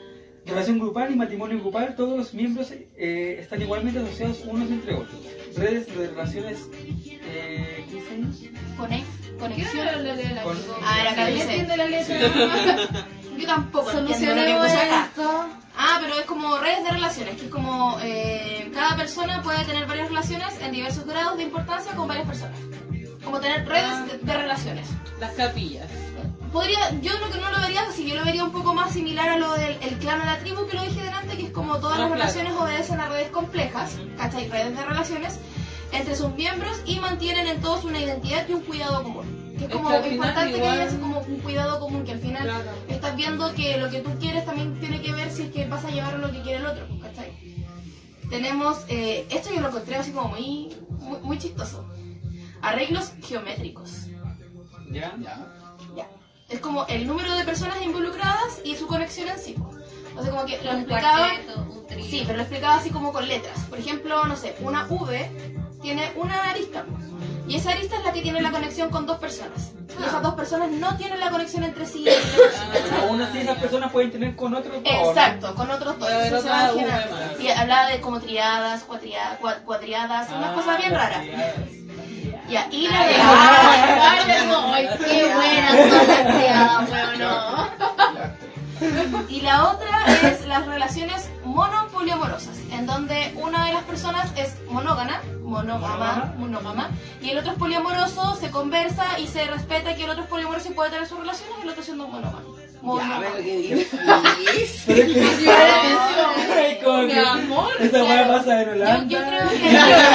Speaker 2: Relación grupal y matrimonio grupal, todos los miembros eh, están igualmente asociados unos entre otros. Redes de relaciones... Eh, ¿qué dice?
Speaker 1: Conex,
Speaker 3: ¿Qué
Speaker 1: conexión.
Speaker 3: era la de la
Speaker 2: Con-
Speaker 3: chico?
Speaker 1: Ah, era
Speaker 3: ¿Nadie
Speaker 1: K B C.
Speaker 3: entiende la letra?
Speaker 1: Yo tampoco entiendo lo que
Speaker 3: Solucionemos
Speaker 1: puse acá.
Speaker 3: esto.
Speaker 1: Ah, pero es como redes de relaciones, que es como eh, cada persona puede tener varias relaciones en diversos grados de importancia con varias personas. Como tener redes de, de relaciones.
Speaker 4: Las capillas.
Speaker 1: Podría, yo lo que no lo vería así, yo lo vería un poco más similar a lo del el clan o la tribu que lo dije delante, que es como todas
Speaker 4: Ah,
Speaker 1: las
Speaker 4: claro.
Speaker 1: relaciones obedecen a redes complejas, ¿cachai? Redes de relaciones entre sus miembros y mantienen en todos una identidad y un cuidado común. Que es
Speaker 4: Es
Speaker 1: como
Speaker 4: que al final
Speaker 1: importante que
Speaker 4: igual-
Speaker 1: haya así como un cuidado común, que al final
Speaker 4: Claro.
Speaker 1: estás viendo que lo que tú quieres también tiene que ver si es que vas a llevar lo que quiere el otro, ¿cachai? Tenemos, eh, esto yo lo encontré así como muy, muy, muy chistoso. Arreglos geométricos.
Speaker 2: ¿Ya?
Speaker 5: Ya.
Speaker 1: Ya. Es como el número de personas involucradas y su conexión en sí. O sea, como que lo
Speaker 3: Un
Speaker 1: explicaba.
Speaker 3: cuarteto, un trío.
Speaker 1: Sí, pero lo explicaba así como con letras. Por ejemplo, no sé, una V tiene una arista. Y esa arista es la que tiene la conexión con dos personas. Y esas dos personas no tienen la conexión entre sí.
Speaker 2: Aún así esas personas pueden tener con otros dos, ¿no?
Speaker 1: Exacto, con otros dos.
Speaker 4: Puede haber
Speaker 1: Eso se
Speaker 4: otra
Speaker 1: va
Speaker 4: V
Speaker 1: generando.
Speaker 4: más.
Speaker 1: Y hablaba de como triadas, cuatria- cua- cuadriadas, unas
Speaker 2: Ah,
Speaker 1: cosas bien raras. Ya, y la de.
Speaker 3: Ay, ay, qué buenas son las criadas, weón, no.
Speaker 1: Y la otra es las relaciones monopoliamorosas, en donde una de las personas es monógama, monógama, monógama, y el otro es poliamoroso, se conversa y se respeta que el otro es poliamoroso y puede tener sus relaciones, y el otro siendo monógamo.
Speaker 5: Ya,
Speaker 1: Monógamo.
Speaker 5: pero qué difícil.
Speaker 2: Pero es que- Ay, como
Speaker 3: Mi
Speaker 2: que
Speaker 3: amor.
Speaker 2: esa weá pasa en
Speaker 1: Yo,
Speaker 2: Holanda.
Speaker 1: yo creo que...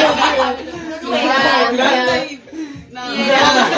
Speaker 3: Holanda.
Speaker 4: No,
Speaker 6: Y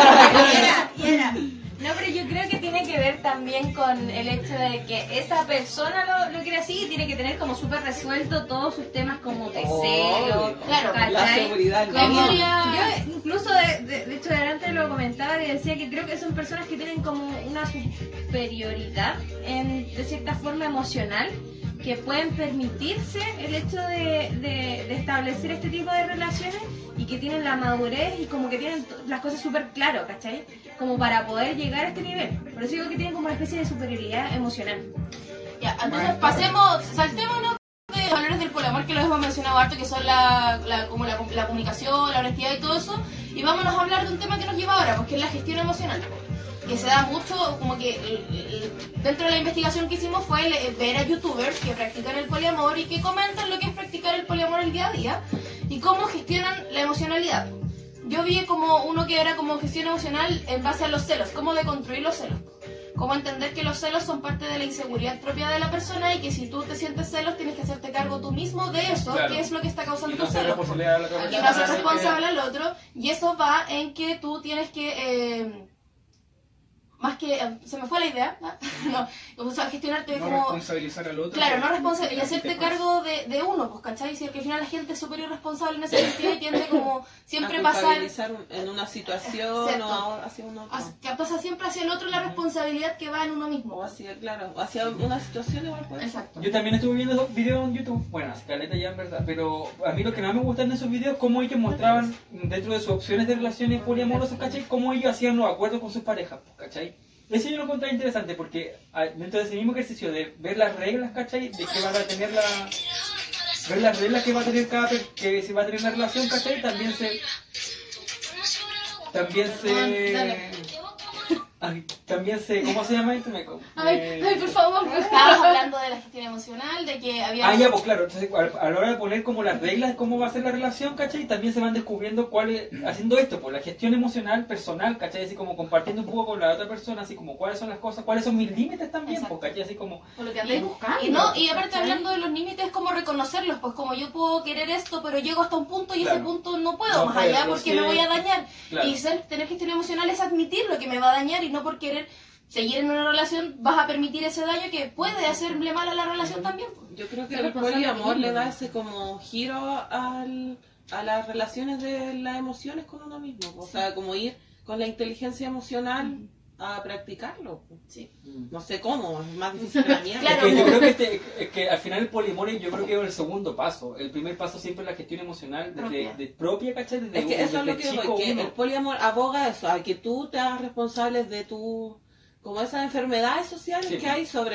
Speaker 6: era, y era. No, pero yo creo que tiene que ver también con el hecho de que esa persona lo, lo quiere así y tiene que tener como súper resuelto todos sus temas como de celo,
Speaker 1: Claro,
Speaker 6: ¿cachai?
Speaker 4: la seguridad.
Speaker 1: Ahí
Speaker 6: Como-
Speaker 1: podría-
Speaker 6: yo incluso de, de, de hecho delante lo comentaba y decía que creo que son personas que tienen como una superioridad en, de cierta forma emocional, que pueden permitirse el hecho de, de, de establecer este tipo de relaciones y que tienen la madurez y como que tienen t- las cosas súper claro, ¿cachai? Como para poder llegar a este nivel. Por eso digo que tienen como una especie de superioridad emocional.
Speaker 1: Ya, entonces pasemos, saltémonos de los valores del poliamor que los hemos mencionado harto, que son la, la, como la, la comunicación, la honestidad y todo eso, y vámonos a hablar de un tema que nos lleva ahora, pues que es la gestión emocional. Que se da mucho, como que el- el- dentro de la investigación que hicimos fue el, el ver a youtubers que practican el poliamor y que comentan lo que es practicar el poliamor el día a día y cómo gestionan la emocionalidad. Yo vi como uno que era como gestión emocional en base a los celos, cómo deconstruir los celos. Cómo entender que los celos son parte de la inseguridad propia de la persona y que si tú te sientes celos tienes que hacerte cargo tú mismo de eso,
Speaker 5: Claro.
Speaker 1: que es lo que está
Speaker 5: Y
Speaker 1: causando
Speaker 5: no
Speaker 1: tus
Speaker 5: ser
Speaker 1: celos.
Speaker 5: responsabilidad de la otra
Speaker 1: Y
Speaker 5: persona.
Speaker 1: no ser responsable al otro, y eso va en que tú tienes que, eh, más que, eh, se me fue la idea, no, o sea, gestionarte
Speaker 5: No
Speaker 1: como,
Speaker 5: responsabilizar al otro.
Speaker 1: claro, no
Speaker 5: por-
Speaker 1: responsable, y
Speaker 5: por-
Speaker 1: hacerte
Speaker 5: por-
Speaker 1: cargo de, de uno, pues, ¿cachai? Si al final la gente es súper irresponsable en ese sentido y tiende como siempre
Speaker 4: a
Speaker 1: pasar,
Speaker 4: culpabilizar en una situación
Speaker 1: Exacto.
Speaker 4: o hacia un otro.
Speaker 1: as- que pasa siempre hacia el otro la responsabilidad que va en uno
Speaker 4: O
Speaker 1: mismo.
Speaker 4: hacia, claro, o hacia una situación igual puede ser.
Speaker 1: Exacto.
Speaker 2: Yo también estuve viendo esos videos en YouTube, bueno, escaleta ya en verdad, pero a mí lo que más me gustan de esos videos es cómo ellos mostraban dentro de sus opciones de relaciones poliamorosas, ¿cachai? Cómo ellos hacían los acuerdos con sus parejas, ¿cachai? Eso yo lo encontré interesante porque ah, dentro de ese mismo ejercicio de ver las reglas, ¿cachai? De que van a tener la... ver las reglas que va a tener cada per- que se va a tener la relación, ¿cachai? También se... También se...
Speaker 1: Dale.
Speaker 2: Ay, también se... ¿Cómo se llama esto? Me...
Speaker 3: Ay,
Speaker 2: eh,
Speaker 3: ay, por favor.
Speaker 1: Estábamos hablando de la gestión emocional, de que había...
Speaker 2: Ah, ya, pues claro, entonces a a la hora de poner como las reglas de cómo va a ser la relación, ¿cachai? También se van descubriendo cuáles, haciendo esto, pues la gestión emocional, personal, ¿cachai? Así como compartiendo un poco con la otra persona, así como cuáles son las cosas, cuáles son mis límites también,
Speaker 1: Exacto.
Speaker 2: pues, ¿cachai? Así como,
Speaker 1: Por lo que
Speaker 3: Y
Speaker 1: andáis
Speaker 3: buscando,
Speaker 1: Y no, y aparte
Speaker 3: ¿cachai?
Speaker 1: hablando de los límites, como reconocerlos, pues como yo puedo querer esto, pero llego hasta un punto y ese
Speaker 2: Claro.
Speaker 1: punto no puedo
Speaker 2: No
Speaker 1: más
Speaker 2: puedo,
Speaker 1: allá
Speaker 2: lo
Speaker 1: porque me voy a
Speaker 2: siento.
Speaker 1: dañar.
Speaker 2: claro.
Speaker 1: Y ser, tener gestión emocional es admitir lo que me va a dañar y no por querer seguir en una relación vas a permitir ese daño que puede hacerle mal a la relación también. pues.
Speaker 4: Yo creo que
Speaker 3: Pero
Speaker 4: el
Speaker 3: pasando
Speaker 4: poliamor
Speaker 3: bien,
Speaker 4: le da
Speaker 3: ¿no?
Speaker 4: ese como giro al, a las relaciones de las emociones con uno mismo. O sea, como ir con la inteligencia emocional a practicarlo.
Speaker 1: Sí.
Speaker 4: No sé cómo, es más difícil que la mierda.
Speaker 1: Claro.
Speaker 2: Es que yo creo que, este, es que al final el poliamor yo creo que es el segundo paso. El primer paso siempre es la gestión emocional desde
Speaker 1: Propia.
Speaker 2: de propia, ¿cachai? Desde,
Speaker 4: Es que eso es lo
Speaker 2: desde
Speaker 4: que voy,
Speaker 2: chico
Speaker 4: que
Speaker 2: uno.
Speaker 4: el poliamor aboga eso, a que tú te hagas responsable de tu, como esas enfermedades sociales
Speaker 2: Sí.
Speaker 4: que hay sobre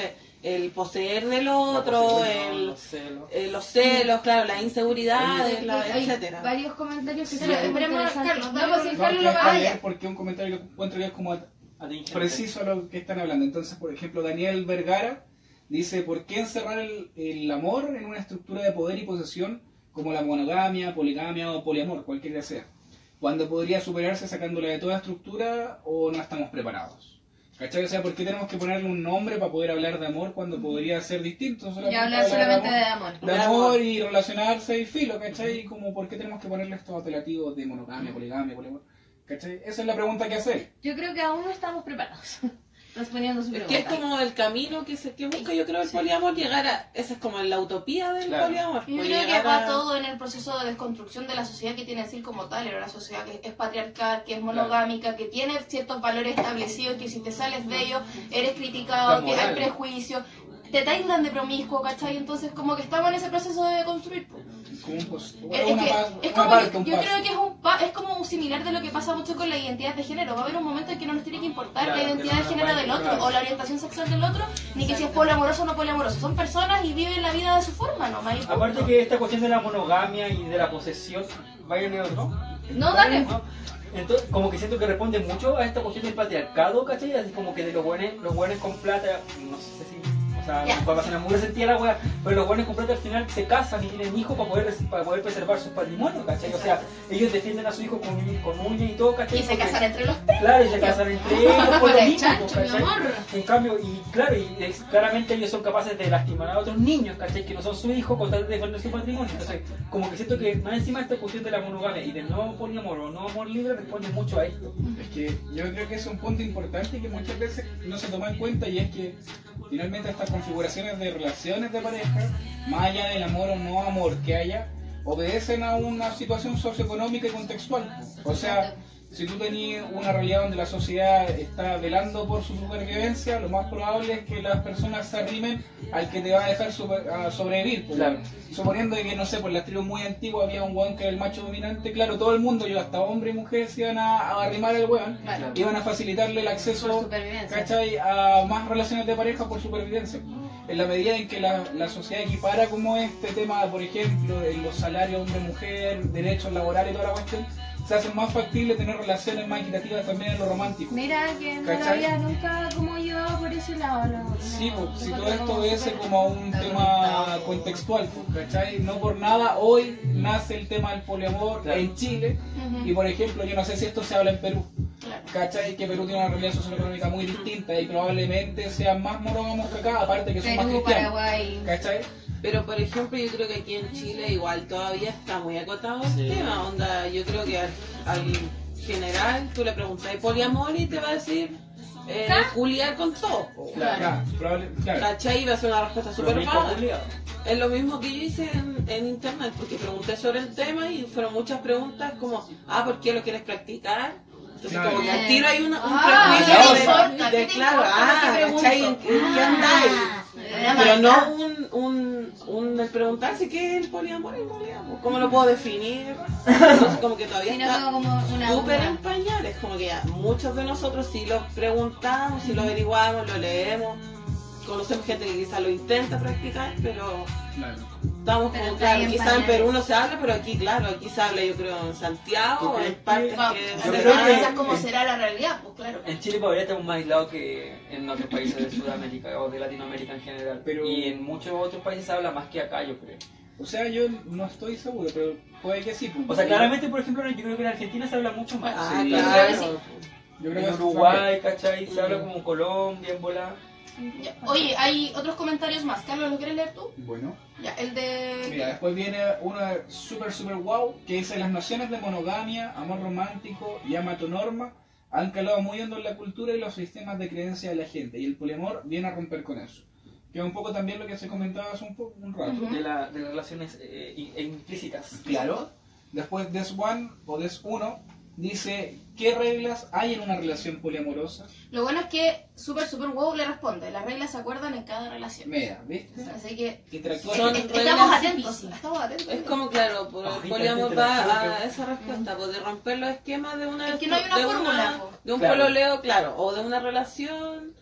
Speaker 4: el poseer del otro, el,
Speaker 2: Los celos.
Speaker 4: eh, los celos, claro, las inseguridades, la-
Speaker 3: Hay
Speaker 4: etcétera.
Speaker 3: varios comentarios que
Speaker 1: Sí,
Speaker 3: son muy
Speaker 1: esperemos a
Speaker 3: interesantes.
Speaker 1: Carlos,
Speaker 3: No,
Speaker 1: dale,
Speaker 3: pues si
Speaker 1: Carlos.
Speaker 5: No,
Speaker 3: Carlos
Speaker 5: que
Speaker 3: lo
Speaker 5: es
Speaker 3: va
Speaker 5: para
Speaker 3: a
Speaker 5: leer porque es un comentario que encuentro que es como
Speaker 2: Atingente.
Speaker 5: preciso a lo que están hablando. Entonces, por ejemplo, Daniel Vergara dice, ¿por qué encerrar el, el amor en una estructura de poder y posesión como la monogamia, poligamia o poliamor, cualquiera sea? Cuando podría superarse sacándola de toda estructura o no estamos preparados. ¿Cachai? O sea, ¿por qué tenemos que ponerle un nombre para poder hablar de amor cuando podría ser distinto?
Speaker 6: Y hablar solamente de amor.
Speaker 5: De amor y relacionarse y filo, ¿cachai? Y como, ¿por qué tenemos que ponerle estos apelativos de monogamia, poligamia, poliamor? ¿Cachai? Esa es la pregunta que hacer.
Speaker 6: Yo creo que aún no estamos preparados. Respondiendo su
Speaker 4: Es
Speaker 6: pregunta.
Speaker 4: que es como el camino que se que busca, yo creo, el poliamor, llegar a... Esa es como la utopía del
Speaker 5: Claro.
Speaker 4: poliamor.
Speaker 1: Yo
Speaker 4: pues,
Speaker 1: creo que
Speaker 4: llegar
Speaker 1: va
Speaker 4: a-
Speaker 1: todo en el proceso de desconstrucción de la sociedad que tiene decir como tal, era una sociedad que es patriarcal, que es monogámica, que tiene ciertos valores establecidos, que si te sales de ellos eres criticado,
Speaker 2: La
Speaker 1: que hay
Speaker 2: moral.
Speaker 1: prejuicios, te tildan de promiscuo, ¿cachai? Entonces como que estamos en ese proceso de construir. po.
Speaker 5: Como un post-
Speaker 1: Es, es
Speaker 5: una,
Speaker 1: que-
Speaker 5: pa-
Speaker 1: es
Speaker 5: una
Speaker 1: como
Speaker 5: parte,
Speaker 1: que-
Speaker 5: un
Speaker 1: yo
Speaker 5: paso.
Speaker 1: creo que es un pa- es como un similar de lo que pasa mucho con la identidad de género. Va a haber un momento en que no nos tiene que importar
Speaker 2: Claro,
Speaker 1: la identidad
Speaker 2: que
Speaker 1: de
Speaker 2: no
Speaker 1: género
Speaker 2: nos va a
Speaker 1: del otro
Speaker 2: importar.
Speaker 1: o la orientación sexual del otro, ni que si es poliamoroso o no poliamoroso. Son personas y viven la vida de su forma, ¿no? Más
Speaker 2: Aparte que esta cuestión de la monogamia y de la posesión, vaya de otro.
Speaker 3: No, dale.
Speaker 2: ¿No? Entonces, como que siento que responde mucho a esta cuestión del patriarcado, ¿cachai? Así como que de los buenos, los buenos con plata, no sé si, o sea,
Speaker 1: Ya.
Speaker 2: va a pasar una muy resentida la wea, pero los buenos con plata al final se casan y tienen hijos para poder, para poder preservar sus patrimonios, ¿cachai? O sea, ellos defienden a su hijo con, con uñas y todo, ¿cachai?
Speaker 1: Y se
Speaker 2: Porque-
Speaker 1: casan entre los
Speaker 2: Claro, y se casan entre ellos por lo
Speaker 3: Para el
Speaker 2: mismo,
Speaker 3: chancho, mi
Speaker 2: ¿cachai?
Speaker 3: amor.
Speaker 2: En cambio, y claro, y es- claramente ellos son capaces de lastimar a otros niños, ¿cachai? Que no son su hijo con tal de defender su patrimonio. Entonces, como que siento que más encima esta cuestión de la monogamia y del no poliamor o no amor libre responde mucho a esto.
Speaker 5: Es que yo creo que es un punto importante y que muchas veces no se toma en cuenta, y es que finalmente estas configuraciones de relaciones de pareja, más allá del amor o no amor que haya, obedecen a una situación socioeconómica y contextual. O sea, si tú tenías una realidad donde la sociedad está velando por su supervivencia, lo más probable es que las personas se arrimen al que te va a dejar super- a sobrevivir. pues.
Speaker 2: Claro.
Speaker 5: Suponiendo que, no sé, por las tribus muy antiguas había un weón que era el macho dominante, claro, todo el mundo, yo hasta hombre y mujer, se iban a, a arrimar al weón,
Speaker 1: Claro.
Speaker 5: iban a facilitarle el
Speaker 6: Por
Speaker 5: acceso,
Speaker 6: supervivencia.
Speaker 5: ¿cachai?, a más relaciones de pareja por supervivencia. En la medida en que la, la sociedad equipara como este tema, por ejemplo, en los salarios hombre-mujer, derechos laborales y toda la cuestión, se hace más factible tener relaciones más equitativas también en lo romántico.
Speaker 6: Mira que no lo
Speaker 5: ¿Cachai?
Speaker 6: había nunca como llevado por ese lado. No, no,
Speaker 5: Sí, pues, si
Speaker 6: no
Speaker 5: todo
Speaker 6: encuentro
Speaker 5: esto
Speaker 6: como
Speaker 5: obedece
Speaker 6: súper-
Speaker 5: como a un tema contextual, pues, ¿cachai? No por nada hoy nace el tema del poliamor
Speaker 2: Claro.
Speaker 5: en Chile,
Speaker 1: Ujú.
Speaker 5: y por ejemplo, yo no sé si esto se habla en Perú,
Speaker 1: Claro.
Speaker 5: ¿cachai? Que Perú tiene una realidad socioeconómica muy distinta y probablemente sean más monógamos que acá, aparte que son más
Speaker 6: Perú,
Speaker 5: cristianos,
Speaker 6: Paraguay.
Speaker 5: ¿cachai?
Speaker 4: Pero por ejemplo, yo creo que aquí en Chile igual todavía está muy acotado el
Speaker 2: Sí.
Speaker 4: tema. Onda, yo creo que al, al general tú le preguntas ¿hay poliamor? Y te va a decir eh, culiar con todo.
Speaker 5: Claro, claro, probable- claro.
Speaker 4: ¿Cachai? Y va a ser una respuesta súper
Speaker 2: Promiscuo
Speaker 4: vaga.
Speaker 2: culiao.
Speaker 4: Es lo mismo que yo hice en, en internet, porque pregunté sobre el tema y fueron muchas preguntas como, ah, ¿por qué lo quieres practicar? Entonces
Speaker 5: Claro.
Speaker 4: como que al tiro hay una, un
Speaker 1: Ah,
Speaker 4: prejuicio
Speaker 5: ¿qué te
Speaker 4: de,
Speaker 1: importa?
Speaker 4: de-
Speaker 1: ¿Qué te
Speaker 4: claro,
Speaker 1: importa?
Speaker 4: ah,
Speaker 1: ¿Qué te
Speaker 4: ¿cachai? ¿En,
Speaker 1: pregunto?
Speaker 4: en qué andáis?
Speaker 1: Era
Speaker 4: Pero no
Speaker 1: maldad.
Speaker 4: un, un, un el preguntarse qué es el poliamor, el poliamor, cómo lo puedo definir. Entonces como que todavía
Speaker 6: Sino
Speaker 4: está
Speaker 6: como una
Speaker 4: súper
Speaker 6: duda.
Speaker 4: en pañales, como que ya muchos de nosotros sí lo preguntamos, sí lo averiguamos, lo leemos, conocemos gente que quizás lo intenta practicar, pero
Speaker 5: Claro.
Speaker 4: estamos
Speaker 6: Pero
Speaker 4: como,
Speaker 6: está
Speaker 4: claro,
Speaker 6: bien
Speaker 4: quizás en
Speaker 6: pañales.
Speaker 4: Perú no se habla, pero aquí, claro, aquí se habla yo creo en Santiago,
Speaker 2: ¿Tú
Speaker 4: en
Speaker 2: crees
Speaker 4: partes
Speaker 1: Va,
Speaker 4: que
Speaker 2: Yo
Speaker 4: se
Speaker 2: creo
Speaker 4: dan.
Speaker 2: que-
Speaker 1: Esa es como será la realidad, pues claro.
Speaker 2: En Chile todavía estamos más aislados que en otros países de Sudamérica o de Latinoamérica en general.
Speaker 5: Pero-
Speaker 2: Y en muchos otros países se habla más que acá, yo creo.
Speaker 5: O sea, yo no estoy seguro, pero puede que sí. pues.
Speaker 2: O sea, claramente, por ejemplo, yo creo que en Argentina se habla mucho más.
Speaker 4: Ah,
Speaker 5: Sí,
Speaker 4: claro.
Speaker 1: yo creo
Speaker 5: Yo creo que
Speaker 2: En
Speaker 5: eso
Speaker 2: Uruguay, ¿cachai? Se habla como Colombia, en volá.
Speaker 1: Ya. Oye, hay otros comentarios más. Carlos, ¿lo quieres leer tú?
Speaker 5: también. Bueno.
Speaker 1: Ya, el de...
Speaker 5: Mira, después viene uno super super wow que dice: las nociones de monogamia, amor romántico y amatonorma han calado muy hondo en la cultura y los sistemas de creencia de la gente, y el poliamor viene a romper con eso. Que es un poco también lo que se comentaba hace un, poco, un rato.
Speaker 1: Ujú.
Speaker 2: De, la, de las relaciones eh, in- e implícitas.
Speaker 5: Claro. Después Des One o Des Uno dice: ¿qué reglas hay en una relación poliamorosa?
Speaker 1: Lo bueno es que Super Super Wow le responde. Las reglas se acuerdan en cada relación.
Speaker 5: Mira, ¿viste?
Speaker 1: Así que
Speaker 5: Interactúa.
Speaker 4: Son-
Speaker 1: est-
Speaker 4: reglas
Speaker 1: estamos atentos.
Speaker 4: difíciles.
Speaker 1: Estamos atentos.
Speaker 4: Es como, claro, por el
Speaker 2: Hojita
Speaker 4: poliamor
Speaker 2: de
Speaker 4: va
Speaker 2: interacción,
Speaker 4: a
Speaker 2: que-
Speaker 4: esa respuesta, pues de romper los esquemas de una...
Speaker 1: Es que no hay una
Speaker 4: de
Speaker 1: fórmula, po.
Speaker 4: de un
Speaker 2: Claro.
Speaker 4: pololeo, claro, o de una relación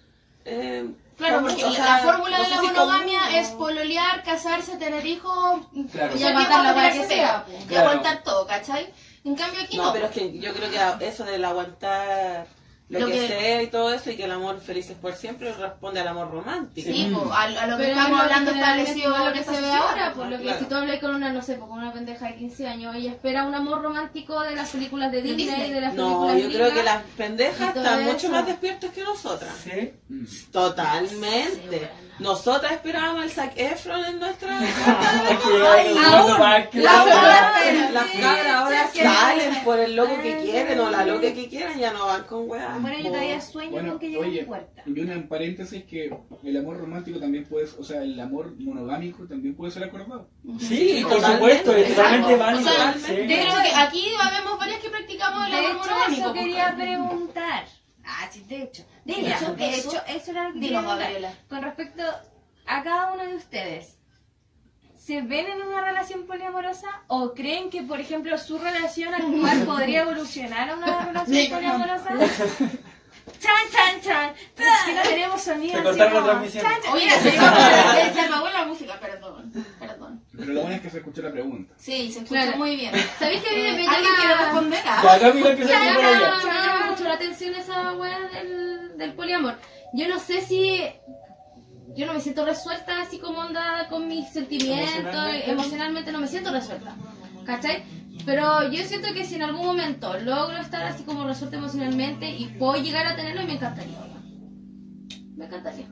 Speaker 4: Eh,
Speaker 1: Claro,
Speaker 4: como-
Speaker 1: porque
Speaker 4: o
Speaker 1: la,
Speaker 4: sea,
Speaker 1: la fórmula
Speaker 4: no
Speaker 1: de
Speaker 4: sé
Speaker 1: la
Speaker 4: si
Speaker 1: monogamia
Speaker 4: común,
Speaker 1: es pololear, casarse, tener hijos,
Speaker 2: Claro.
Speaker 3: Y
Speaker 1: ser
Speaker 3: aguantar la
Speaker 1: viejo hasta
Speaker 3: weá
Speaker 1: que
Speaker 3: que
Speaker 1: se
Speaker 3: sea,
Speaker 1: sea, y
Speaker 2: Claro.
Speaker 1: aguantar todo, ¿cachai? En cambio aquí no.
Speaker 4: No, pero es que yo creo que eso del aguantar lo,
Speaker 1: Lo
Speaker 4: que,
Speaker 1: que-
Speaker 4: sea y todo eso y que el amor feliz es por siempre responde al amor romántico.
Speaker 1: Sí,
Speaker 2: Mm.
Speaker 1: po, a, a lo que
Speaker 3: Pero
Speaker 1: estamos
Speaker 3: es lo que
Speaker 1: hablando
Speaker 3: generalmente
Speaker 1: establecido
Speaker 3: no es lo
Speaker 1: en
Speaker 3: que
Speaker 1: esta
Speaker 3: se ve
Speaker 1: sociedad,
Speaker 3: ahora,
Speaker 1: po.
Speaker 3: por lo que
Speaker 4: Claro.
Speaker 3: si tú hablas con una, no sé, con una pendeja de quince años, ella espera un amor romántico de las películas de Disney,
Speaker 1: Disney.
Speaker 3: de las
Speaker 4: No,
Speaker 3: películas
Speaker 4: yo creo
Speaker 3: gringas.
Speaker 4: que las pendejas
Speaker 3: y todo
Speaker 4: están mucho
Speaker 3: eso.
Speaker 4: más despiertas que nosotras.
Speaker 2: ¿Sí?
Speaker 5: Mm.
Speaker 4: Totalmente. Nosotras esperábamos el Zac Efron en nuestra...
Speaker 2: Aún.
Speaker 4: Las las cabras ahora
Speaker 6: sí,
Speaker 4: salen por el loco que quieren o la loca que quieran, ya no van con weas.
Speaker 6: Bueno, yo todavía sueño
Speaker 5: Bueno,
Speaker 6: con que llegue a mi
Speaker 5: oye,
Speaker 6: puerta.
Speaker 5: y una en paréntesis que el amor romántico también puede, o sea, el amor monogámico también puede ser acordado.
Speaker 2: Sí, por
Speaker 4: totalmente.
Speaker 2: supuesto, es totalmente
Speaker 1: Exacto.
Speaker 2: válido.
Speaker 1: O sea,
Speaker 2: sí.
Speaker 1: Yo creo que aquí habemos varias que practicamos el
Speaker 6: De
Speaker 1: amor
Speaker 6: hecho,
Speaker 1: monogámico.
Speaker 6: eso
Speaker 1: po.
Speaker 6: quería preguntar. Ah, sí, de hecho. De
Speaker 1: Mira,
Speaker 6: hecho, de
Speaker 1: eso-
Speaker 6: hecho, eso era lo que
Speaker 1: Dilo,
Speaker 6: quería preguntar.
Speaker 1: Gabriela.
Speaker 6: Con respecto a cada uno de ustedes, ¿se ven en una relación poliamorosa o creen que, por ejemplo, su relación actual podría evolucionar a una relación poliamorosa? Chan, chan, chan. Es que no tenemos sonido.
Speaker 2: Se
Speaker 6: así
Speaker 2: cortaron la
Speaker 6: como,
Speaker 2: transmisión.
Speaker 6: chan, chan.
Speaker 1: Oye, se, se, se apagó la música, perdón, perdón.
Speaker 5: Pero lo bueno es que se escuchó la pregunta.
Speaker 1: Sí, se escucha
Speaker 3: Claro.
Speaker 1: muy bien.
Speaker 3: ¿Sabéis que a mí
Speaker 1: Eh,
Speaker 3: me
Speaker 1: ¿Alguien quiere
Speaker 3: llama,
Speaker 1: responder?
Speaker 2: Ya,
Speaker 1: Ah,
Speaker 2: Camila empieza
Speaker 3: me
Speaker 2: por allá.
Speaker 3: llama- me llama mucho la atención esa weá del, del poliamor? Yo no sé si... Yo no me siento resuelta así como onda con mis sentimientos,
Speaker 2: Emocionalmente.
Speaker 3: emocionalmente, no me siento resuelta, ¿cachai? Pero yo siento que si en algún momento logro estar así como resuelta emocionalmente y puedo llegar a tenerlo, me encantaría. Me encantaría.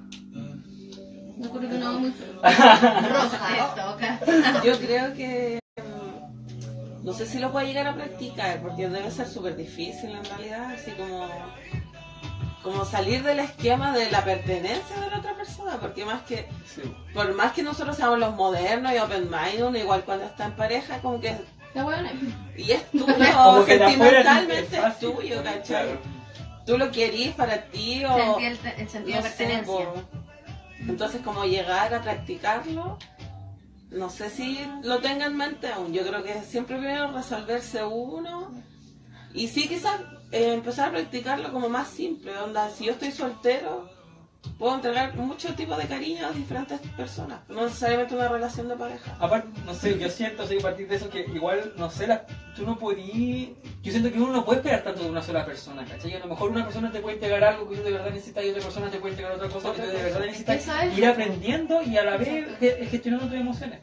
Speaker 3: Me acuerdo que no muy feo.
Speaker 1: roja.
Speaker 3: toca.
Speaker 4: Yo creo que mm, no sé si lo puedo llegar a practicar porque debe ser súper difícil en realidad, así como como salir del esquema de la pertenencia de la otra persona, porque más que
Speaker 2: Sí.
Speaker 4: por más que nosotros seamos los modernos y open mind, uno igual cuando está en pareja como que
Speaker 3: La weá
Speaker 4: y es tuyo,
Speaker 2: Como que de afuera
Speaker 4: sentimentalmente
Speaker 2: es
Speaker 4: es
Speaker 2: fácil.
Speaker 4: tuyo, ¿cachai?
Speaker 2: Claro.
Speaker 4: Tú lo querís para ti o
Speaker 6: Sentí el, el sentido
Speaker 4: no
Speaker 6: de
Speaker 4: sé,
Speaker 6: pertenencia.
Speaker 4: po. Entonces, como llegar a practicarlo, no sé si lo tenga en mente aún. Yo creo que es siempre primero resolverse uno y sí, quizás eh, empezar a practicarlo como más simple. Onda, si yo estoy soltero, puedo entregar mucho tipo de cariño a diferentes personas, no necesariamente una relación de pareja.
Speaker 2: Aparte, no sé, yo siento, sí, a partir de eso que igual, no sé, la, tú no podías... Yo siento que uno no puede esperar tanto de una sola persona, ¿cachai? A lo mejor una persona te puede entregar algo que tú de verdad necesitas y otra persona te puede entregar otra cosa que tú de verdad necesitas.
Speaker 1: Eso es.
Speaker 2: Ir aprendiendo y a la vez ge- gestionando tus emociones.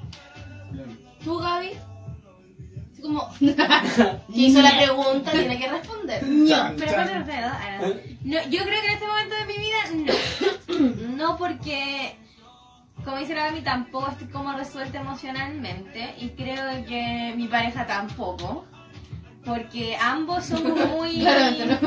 Speaker 1: ¿Tú, Gaby? Así como... que hizo la pregunta, tiene que responder.
Speaker 5: Chan,
Speaker 6: Pero
Speaker 5: chan.
Speaker 6: con el dedo. ah, no. No, yo creo que en este momento de mi vida no. No porque, como dice la Gaby, tampoco estoy como resuelta emocionalmente y creo que mi pareja tampoco. Porque ambos somos muy...
Speaker 3: Claramente no.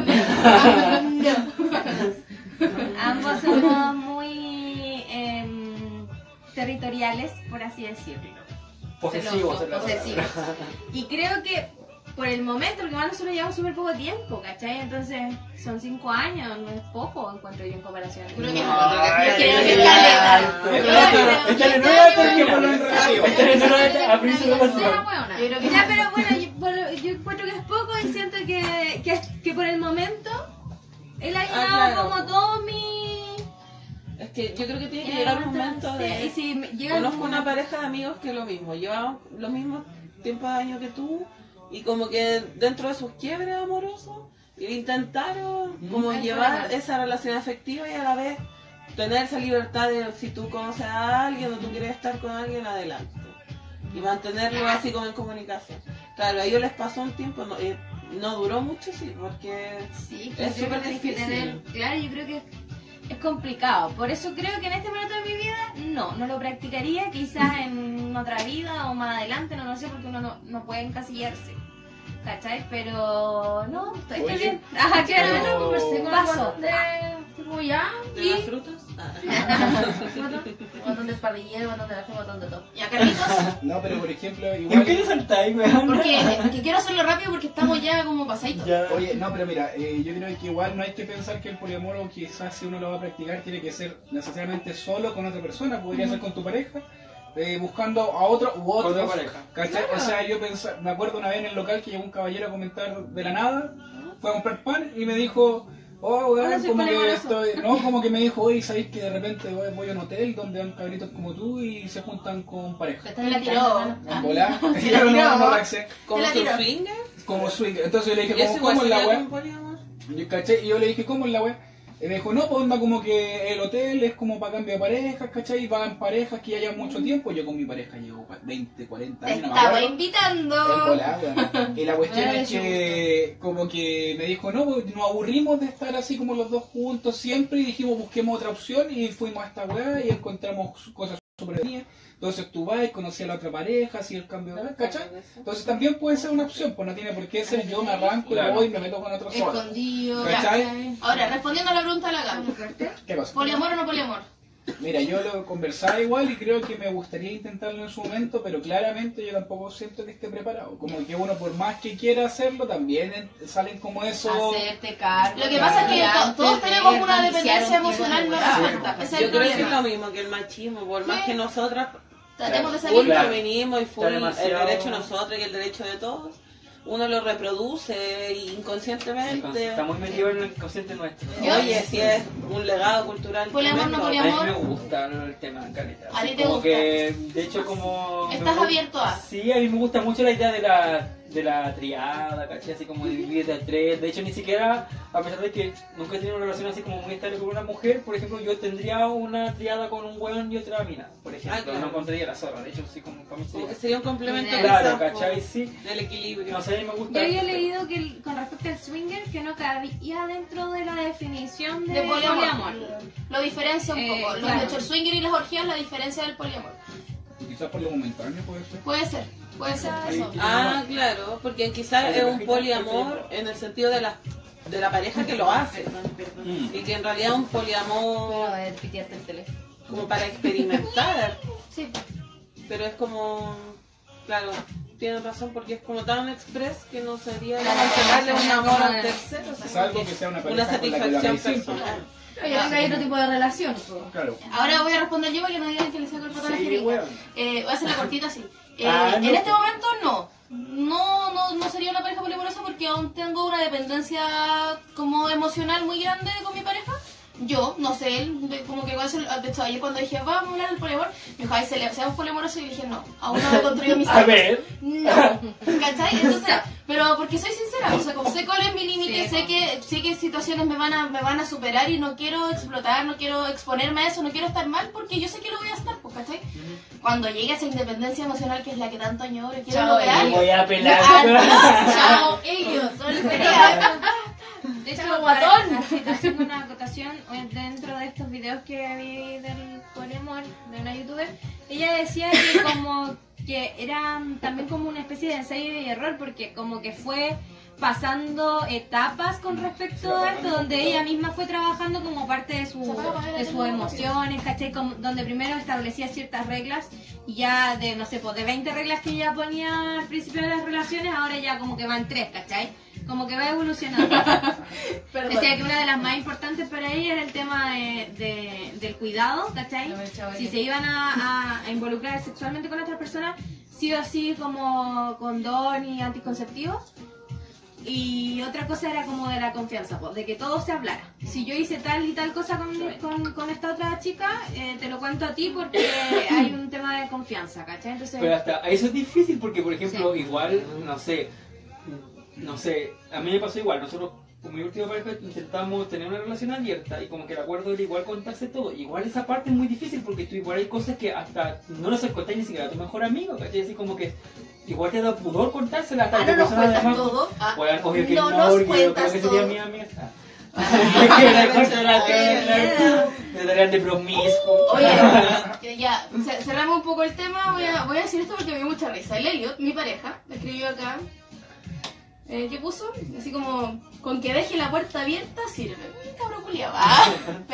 Speaker 6: Ambos somos muy em, territoriales, por así decirlo.
Speaker 2: Posesivos, es la
Speaker 1: posesivos.
Speaker 2: palabra.
Speaker 6: Y creo que por el momento, porque más nosotros llevamos súper poco tiempo, ¿cachai? Entonces son cinco años, no es poco encuentro yo en comparación.
Speaker 1: Creo que
Speaker 2: Ay,
Speaker 1: yo creo que
Speaker 2: qué
Speaker 1: es caleta.
Speaker 2: alto.
Speaker 1: Yo creo que-
Speaker 2: Échale
Speaker 1: yo
Speaker 2: nueve
Speaker 1: creo
Speaker 2: a
Speaker 1: que-
Speaker 2: terminar.
Speaker 5: Ponlo en relativo.
Speaker 2: Échale nueve a abrirse la
Speaker 3: Sea
Speaker 2: pasión.
Speaker 3: weona.
Speaker 1: Yo creo que
Speaker 6: Ya, pero bueno, yo, por- yo encuentro que es poco y siento que, que, que por el momento él ha
Speaker 4: Ah,
Speaker 6: llenado
Speaker 4: claro.
Speaker 6: como todo mi...
Speaker 4: Es que yo creo que tiene que
Speaker 6: eh,
Speaker 4: llegar un momento
Speaker 6: sí,
Speaker 4: de...
Speaker 6: y si me- llega
Speaker 4: Conozco
Speaker 6: algún
Speaker 4: una
Speaker 6: momento-
Speaker 4: pareja de amigos que es lo mismo, llevan los mismos tiempos de años que tú y como que dentro de sus quiebres amorosos intentaron como
Speaker 6: Mm.
Speaker 4: llevar esa relación afectiva y a la vez tener esa libertad de si tú conoces a alguien o tú quieres estar con alguien, adelante. Y mantenerlo así como en comunicación. Claro, a ellos les pasó un tiempo, no, eh, no duró mucho, sí, porque
Speaker 6: Sí,
Speaker 4: es
Speaker 6: yo creo
Speaker 4: súper
Speaker 6: que hay que
Speaker 4: difícil.
Speaker 6: tener, claro, yo creo que es complicado. Por eso creo que en este momento de mi vida no, no lo practicaría, quizás en otra vida o más adelante, no lo sé, porque uno no, no puede encasillarse. ¿Cachai? Pero no, estoy, estoy
Speaker 5: Oye,
Speaker 6: bien. Ajá, claro,
Speaker 5: pero-
Speaker 6: no conversé con
Speaker 3: Paso
Speaker 6: paso.
Speaker 3: de... Tipo ya,
Speaker 4: ¿De
Speaker 3: y...
Speaker 4: las frutas? Ah.
Speaker 3: Un botón de espardillero, un botón de café, un botón de todo.
Speaker 1: ¿Y a Carlitos?
Speaker 5: No, pero por ejemplo,
Speaker 2: ¿Por qué te
Speaker 5: igual...
Speaker 2: saltáis, weón?
Speaker 1: Porque que quiero hacerlo rápido porque estamos ya como pasaditos.
Speaker 2: Ya.
Speaker 5: Oye, no, pero mira, eh, yo creo que igual no hay que pensar que el poliamor, o quizás si uno lo va a practicar, tiene que ser necesariamente solo con otra persona, podría ser con tu pareja, eh, buscando a otro u
Speaker 2: Con
Speaker 5: otros.
Speaker 2: otra pareja.
Speaker 5: ¿Cachai? O sea, yo pensaba, me acuerdo una vez en el local que llegó un caballero a comentar de la nada, fue a comprar pan y me dijo, Oh, weón,
Speaker 6: Ahora soy
Speaker 5: como que
Speaker 6: polimoroso.
Speaker 5: estoy... No, como que me dijo, oye, ¿sabéis que de repente voy, voy a un hotel donde van cabritos como tú y se juntan con pareja?
Speaker 1: Te la tiró.
Speaker 5: En volá.
Speaker 1: Te la
Speaker 5: Claro, no,
Speaker 1: tiró.
Speaker 5: no la sé.
Speaker 4: Como
Speaker 1: Te la
Speaker 4: su
Speaker 1: tiro.
Speaker 4: swinger.
Speaker 5: Como swing. Entonces yo le
Speaker 4: Y
Speaker 5: dije,
Speaker 4: eso
Speaker 5: ¿cómo,
Speaker 4: igual
Speaker 5: cómo es la
Speaker 4: sería
Speaker 5: weá?
Speaker 4: un poliamor.
Speaker 5: Yo caché, y yo le dije, ¿cómo es la weá? Y me dijo, no, pues onda como que el hotel es como para cambio de parejas, ¿cachai? Y pagan parejas que ya llevan mucho tiempo. Yo con mi pareja llevo veinte, cuarenta
Speaker 1: Te
Speaker 5: años, no me
Speaker 1: estaba
Speaker 5: acuerdo.
Speaker 1: invitando.
Speaker 5: El volá, weón. Y la cuestión
Speaker 6: Ay,
Speaker 5: es que como que me dijo, no, pues nos aburrimos de estar así como los dos juntos siempre y dijimos busquemos otra opción y fuimos a esta weá y encontramos cosas súper bien. Entonces tú vas y conocí a la otra pareja, así el cambio de ¿cachai? Entonces también puede ser una opción, pues no tiene por qué ser yo me arranco y
Speaker 2: Claro.
Speaker 5: voy y me meto con otro solo.
Speaker 1: Escondido.
Speaker 5: ¿Cachai?
Speaker 1: Ahora, respondiendo a la pregunta de la Gaby.
Speaker 5: ¿Qué pasa?
Speaker 1: ¿Poliamor o no poliamor?
Speaker 5: Mira, yo lo conversaba igual y creo que me gustaría intentarlo en su momento, pero claramente yo tampoco siento que esté preparado. Como que uno por más que quiera hacerlo, también en- salen como esos...
Speaker 3: Hacerte cargo.
Speaker 1: Lo que pasa es que to- todos tenemos una dependencia emocional no
Speaker 5: Sí.
Speaker 1: resuelta. Ese es
Speaker 4: Yo
Speaker 1: el
Speaker 4: creo que es
Speaker 1: problema.
Speaker 4: lo mismo que el machismo, por más
Speaker 1: Sí.
Speaker 4: que nosotras
Speaker 1: Tratemos de
Speaker 4: full
Speaker 1: salir.
Speaker 2: Claro.
Speaker 4: feminismo y full
Speaker 2: Está
Speaker 4: el
Speaker 2: demasiado-
Speaker 4: derecho de nosotros y el derecho de todos, uno lo reproduce inconscientemente.
Speaker 2: Está muy metido en el inconsciente nuestro.
Speaker 1: Yo-
Speaker 4: Oye, si es un legado cultural.
Speaker 1: Poliamor, no
Speaker 4: tremendo.
Speaker 2: A mí
Speaker 1: poliamor.
Speaker 2: me gusta ¿no? el tema, caleta.
Speaker 1: A ti te
Speaker 2: Como
Speaker 1: gusta.
Speaker 2: que, de hecho, como... me
Speaker 1: Estás
Speaker 2: gu-
Speaker 1: abierto a.
Speaker 2: Sí, a mí me gusta mucho la idea de la, de la triada, ¿cachai? Así como dividir de tres. De hecho, ni siquiera, a pesar de que nunca he tenido una relación así como muy estable con una mujer, por ejemplo, yo tendría una triada con un weón y otra mina, por ejemplo.
Speaker 4: Ah, claro.
Speaker 2: No encontraría la zorra, de hecho, sí, como para mí
Speaker 4: Como que
Speaker 2: sería...
Speaker 4: sería un complemento
Speaker 2: Claro,
Speaker 4: quizás,
Speaker 2: ¿cachai?
Speaker 4: por
Speaker 2: Sí.
Speaker 4: el equilibrio.
Speaker 2: No sé, a mí me gusta...
Speaker 6: Yo había leído que el- con respecto al swinger que no cabía dentro de la definición de,
Speaker 1: De poliamor.
Speaker 6: poliamor.
Speaker 1: Lo diferencia un
Speaker 6: Eh,
Speaker 1: poco. Los
Speaker 6: claro.
Speaker 1: de hecho, el swinger y las orgías, la diferencia del poliamor.
Speaker 5: Quizás por lo momentáneo puede ser.
Speaker 1: Puede ser, puede ser eso.
Speaker 4: Ah, claro, porque quizás es un poliamor en el sentido de la, de la pareja que lo hace.
Speaker 2: Mm.
Speaker 4: Y que en realidad es un poliamor
Speaker 3: Pero eh, piteaste el teléfono.
Speaker 4: como para experimentar.
Speaker 1: Sí.
Speaker 4: Pero es como, claro, tienes razón porque es como tan express que no sería
Speaker 1: Claro.
Speaker 4: cancelarle un amor al tercero, sino
Speaker 5: Salvo
Speaker 4: que
Speaker 5: que sea una
Speaker 4: una
Speaker 5: pareja con la que lo
Speaker 4: satisfacción
Speaker 5: hagáis simple.
Speaker 4: personal.
Speaker 3: Oye, acá hay otro tipo de relación. po.
Speaker 5: Claro.
Speaker 1: Ahora voy a responder yo para que no digan que le saco el pato a la
Speaker 2: Sí,
Speaker 1: jeringa.
Speaker 2: weón.
Speaker 1: Eh, voy a hacer la cortita así. Eh,
Speaker 2: Ah, no.
Speaker 1: En este momento no. No, no, no sería una pareja poliamorosa porque aún tengo una dependencia como emocional muy grande con mi pareja. Yo, no sé, él, de- como que igual se lo- de hecho ayer cuando dije vamos a hablar del poliamor, me dijo, ay, se le- seamos poliamorosos y le dije no, aún no lo he construido mis
Speaker 2: A ver.
Speaker 1: No, ¿cachai? Entonces, pero porque soy sincera, o sea, como sé cuál es mi límite,
Speaker 3: Sí,
Speaker 1: sé que sé que situaciones me van a me van a superar y no quiero explotar, no quiero exponerme a eso, no quiero estar mal porque yo sé que lo voy a estar, pues, ¿cachai? Cuando llegue a esa independencia emocional que es la que tanto añoro y quiero
Speaker 3: Chao,
Speaker 1: lograr.
Speaker 3: Elio.
Speaker 2: Voy a pelar.
Speaker 1: Adiós, chao, ellos, soltería.
Speaker 6: De hecho,
Speaker 1: Chao,
Speaker 6: para-
Speaker 1: guatón.
Speaker 6: así- haciendo una acotación eh, dentro de estos videos que vi del poliamor de una youtuber, ella decía que como que era mm, también como una especie de ensayo y error porque como que fue pasando etapas con respecto a esto, donde ella misma fue trabajando como parte de, su, de sus emociones, ¿cachai? Como, donde primero establecía ciertas reglas y ya de, no sé, pues de veinte reglas que ella ponía al principio de las relaciones, ahora ya como que van tres, ¿cachai? Como que va evolucionando.
Speaker 1: Perdón.
Speaker 6: Decía que una de las más importantes para ella era el tema de, de- del cuidado, ¿cachai?
Speaker 3: No me echaba
Speaker 6: Si
Speaker 3: el-
Speaker 6: se iban a, a- a involucrar sexualmente con otras personas, sí o sí como condón y anticonceptivos. Y otra cosa era como de la confianza, pues, de que todo se hablara. Si yo hice tal y tal cosa con, con, con esta otra chica, eh, te lo cuento a ti porque hay un tema de confianza, ¿cachai? Entonces,
Speaker 2: Pero hasta eso es difícil porque, por ejemplo,
Speaker 6: Sí.
Speaker 2: igual, no sé, no sé, a mí me pasó igual, nosotros con mi última pareja intentamos tener una relación abierta y como que el acuerdo era igual contarse todo. Igual esa parte es muy difícil porque tú igual hay cosas que hasta no nos contáis ni siquiera a tu mejor amigo, ¿cachai? Así como que igual te da pudor contársela hasta
Speaker 1: Ah,
Speaker 2: tu
Speaker 1: no nos
Speaker 2: persona
Speaker 1: cuentas
Speaker 2: además.
Speaker 1: todo. Ah,
Speaker 2: Bueno, obvio que
Speaker 1: no
Speaker 2: no,
Speaker 1: nos
Speaker 2: porque yo creo
Speaker 1: cuentas
Speaker 2: que sería
Speaker 1: todo.
Speaker 2: mi amiga. Ah. Que la contra te darían de promiscuo.
Speaker 1: Oye, que ya, ce- cerramos un poco el tema, voy a, voy a decir esto porque me dio mucha risa. El Elliot, mi pareja, me escribió acá, eh, ¿qué puso? Así como, con que deje la puerta abierta sirve. Mm, cabrón culiao. Ah, pero aún no.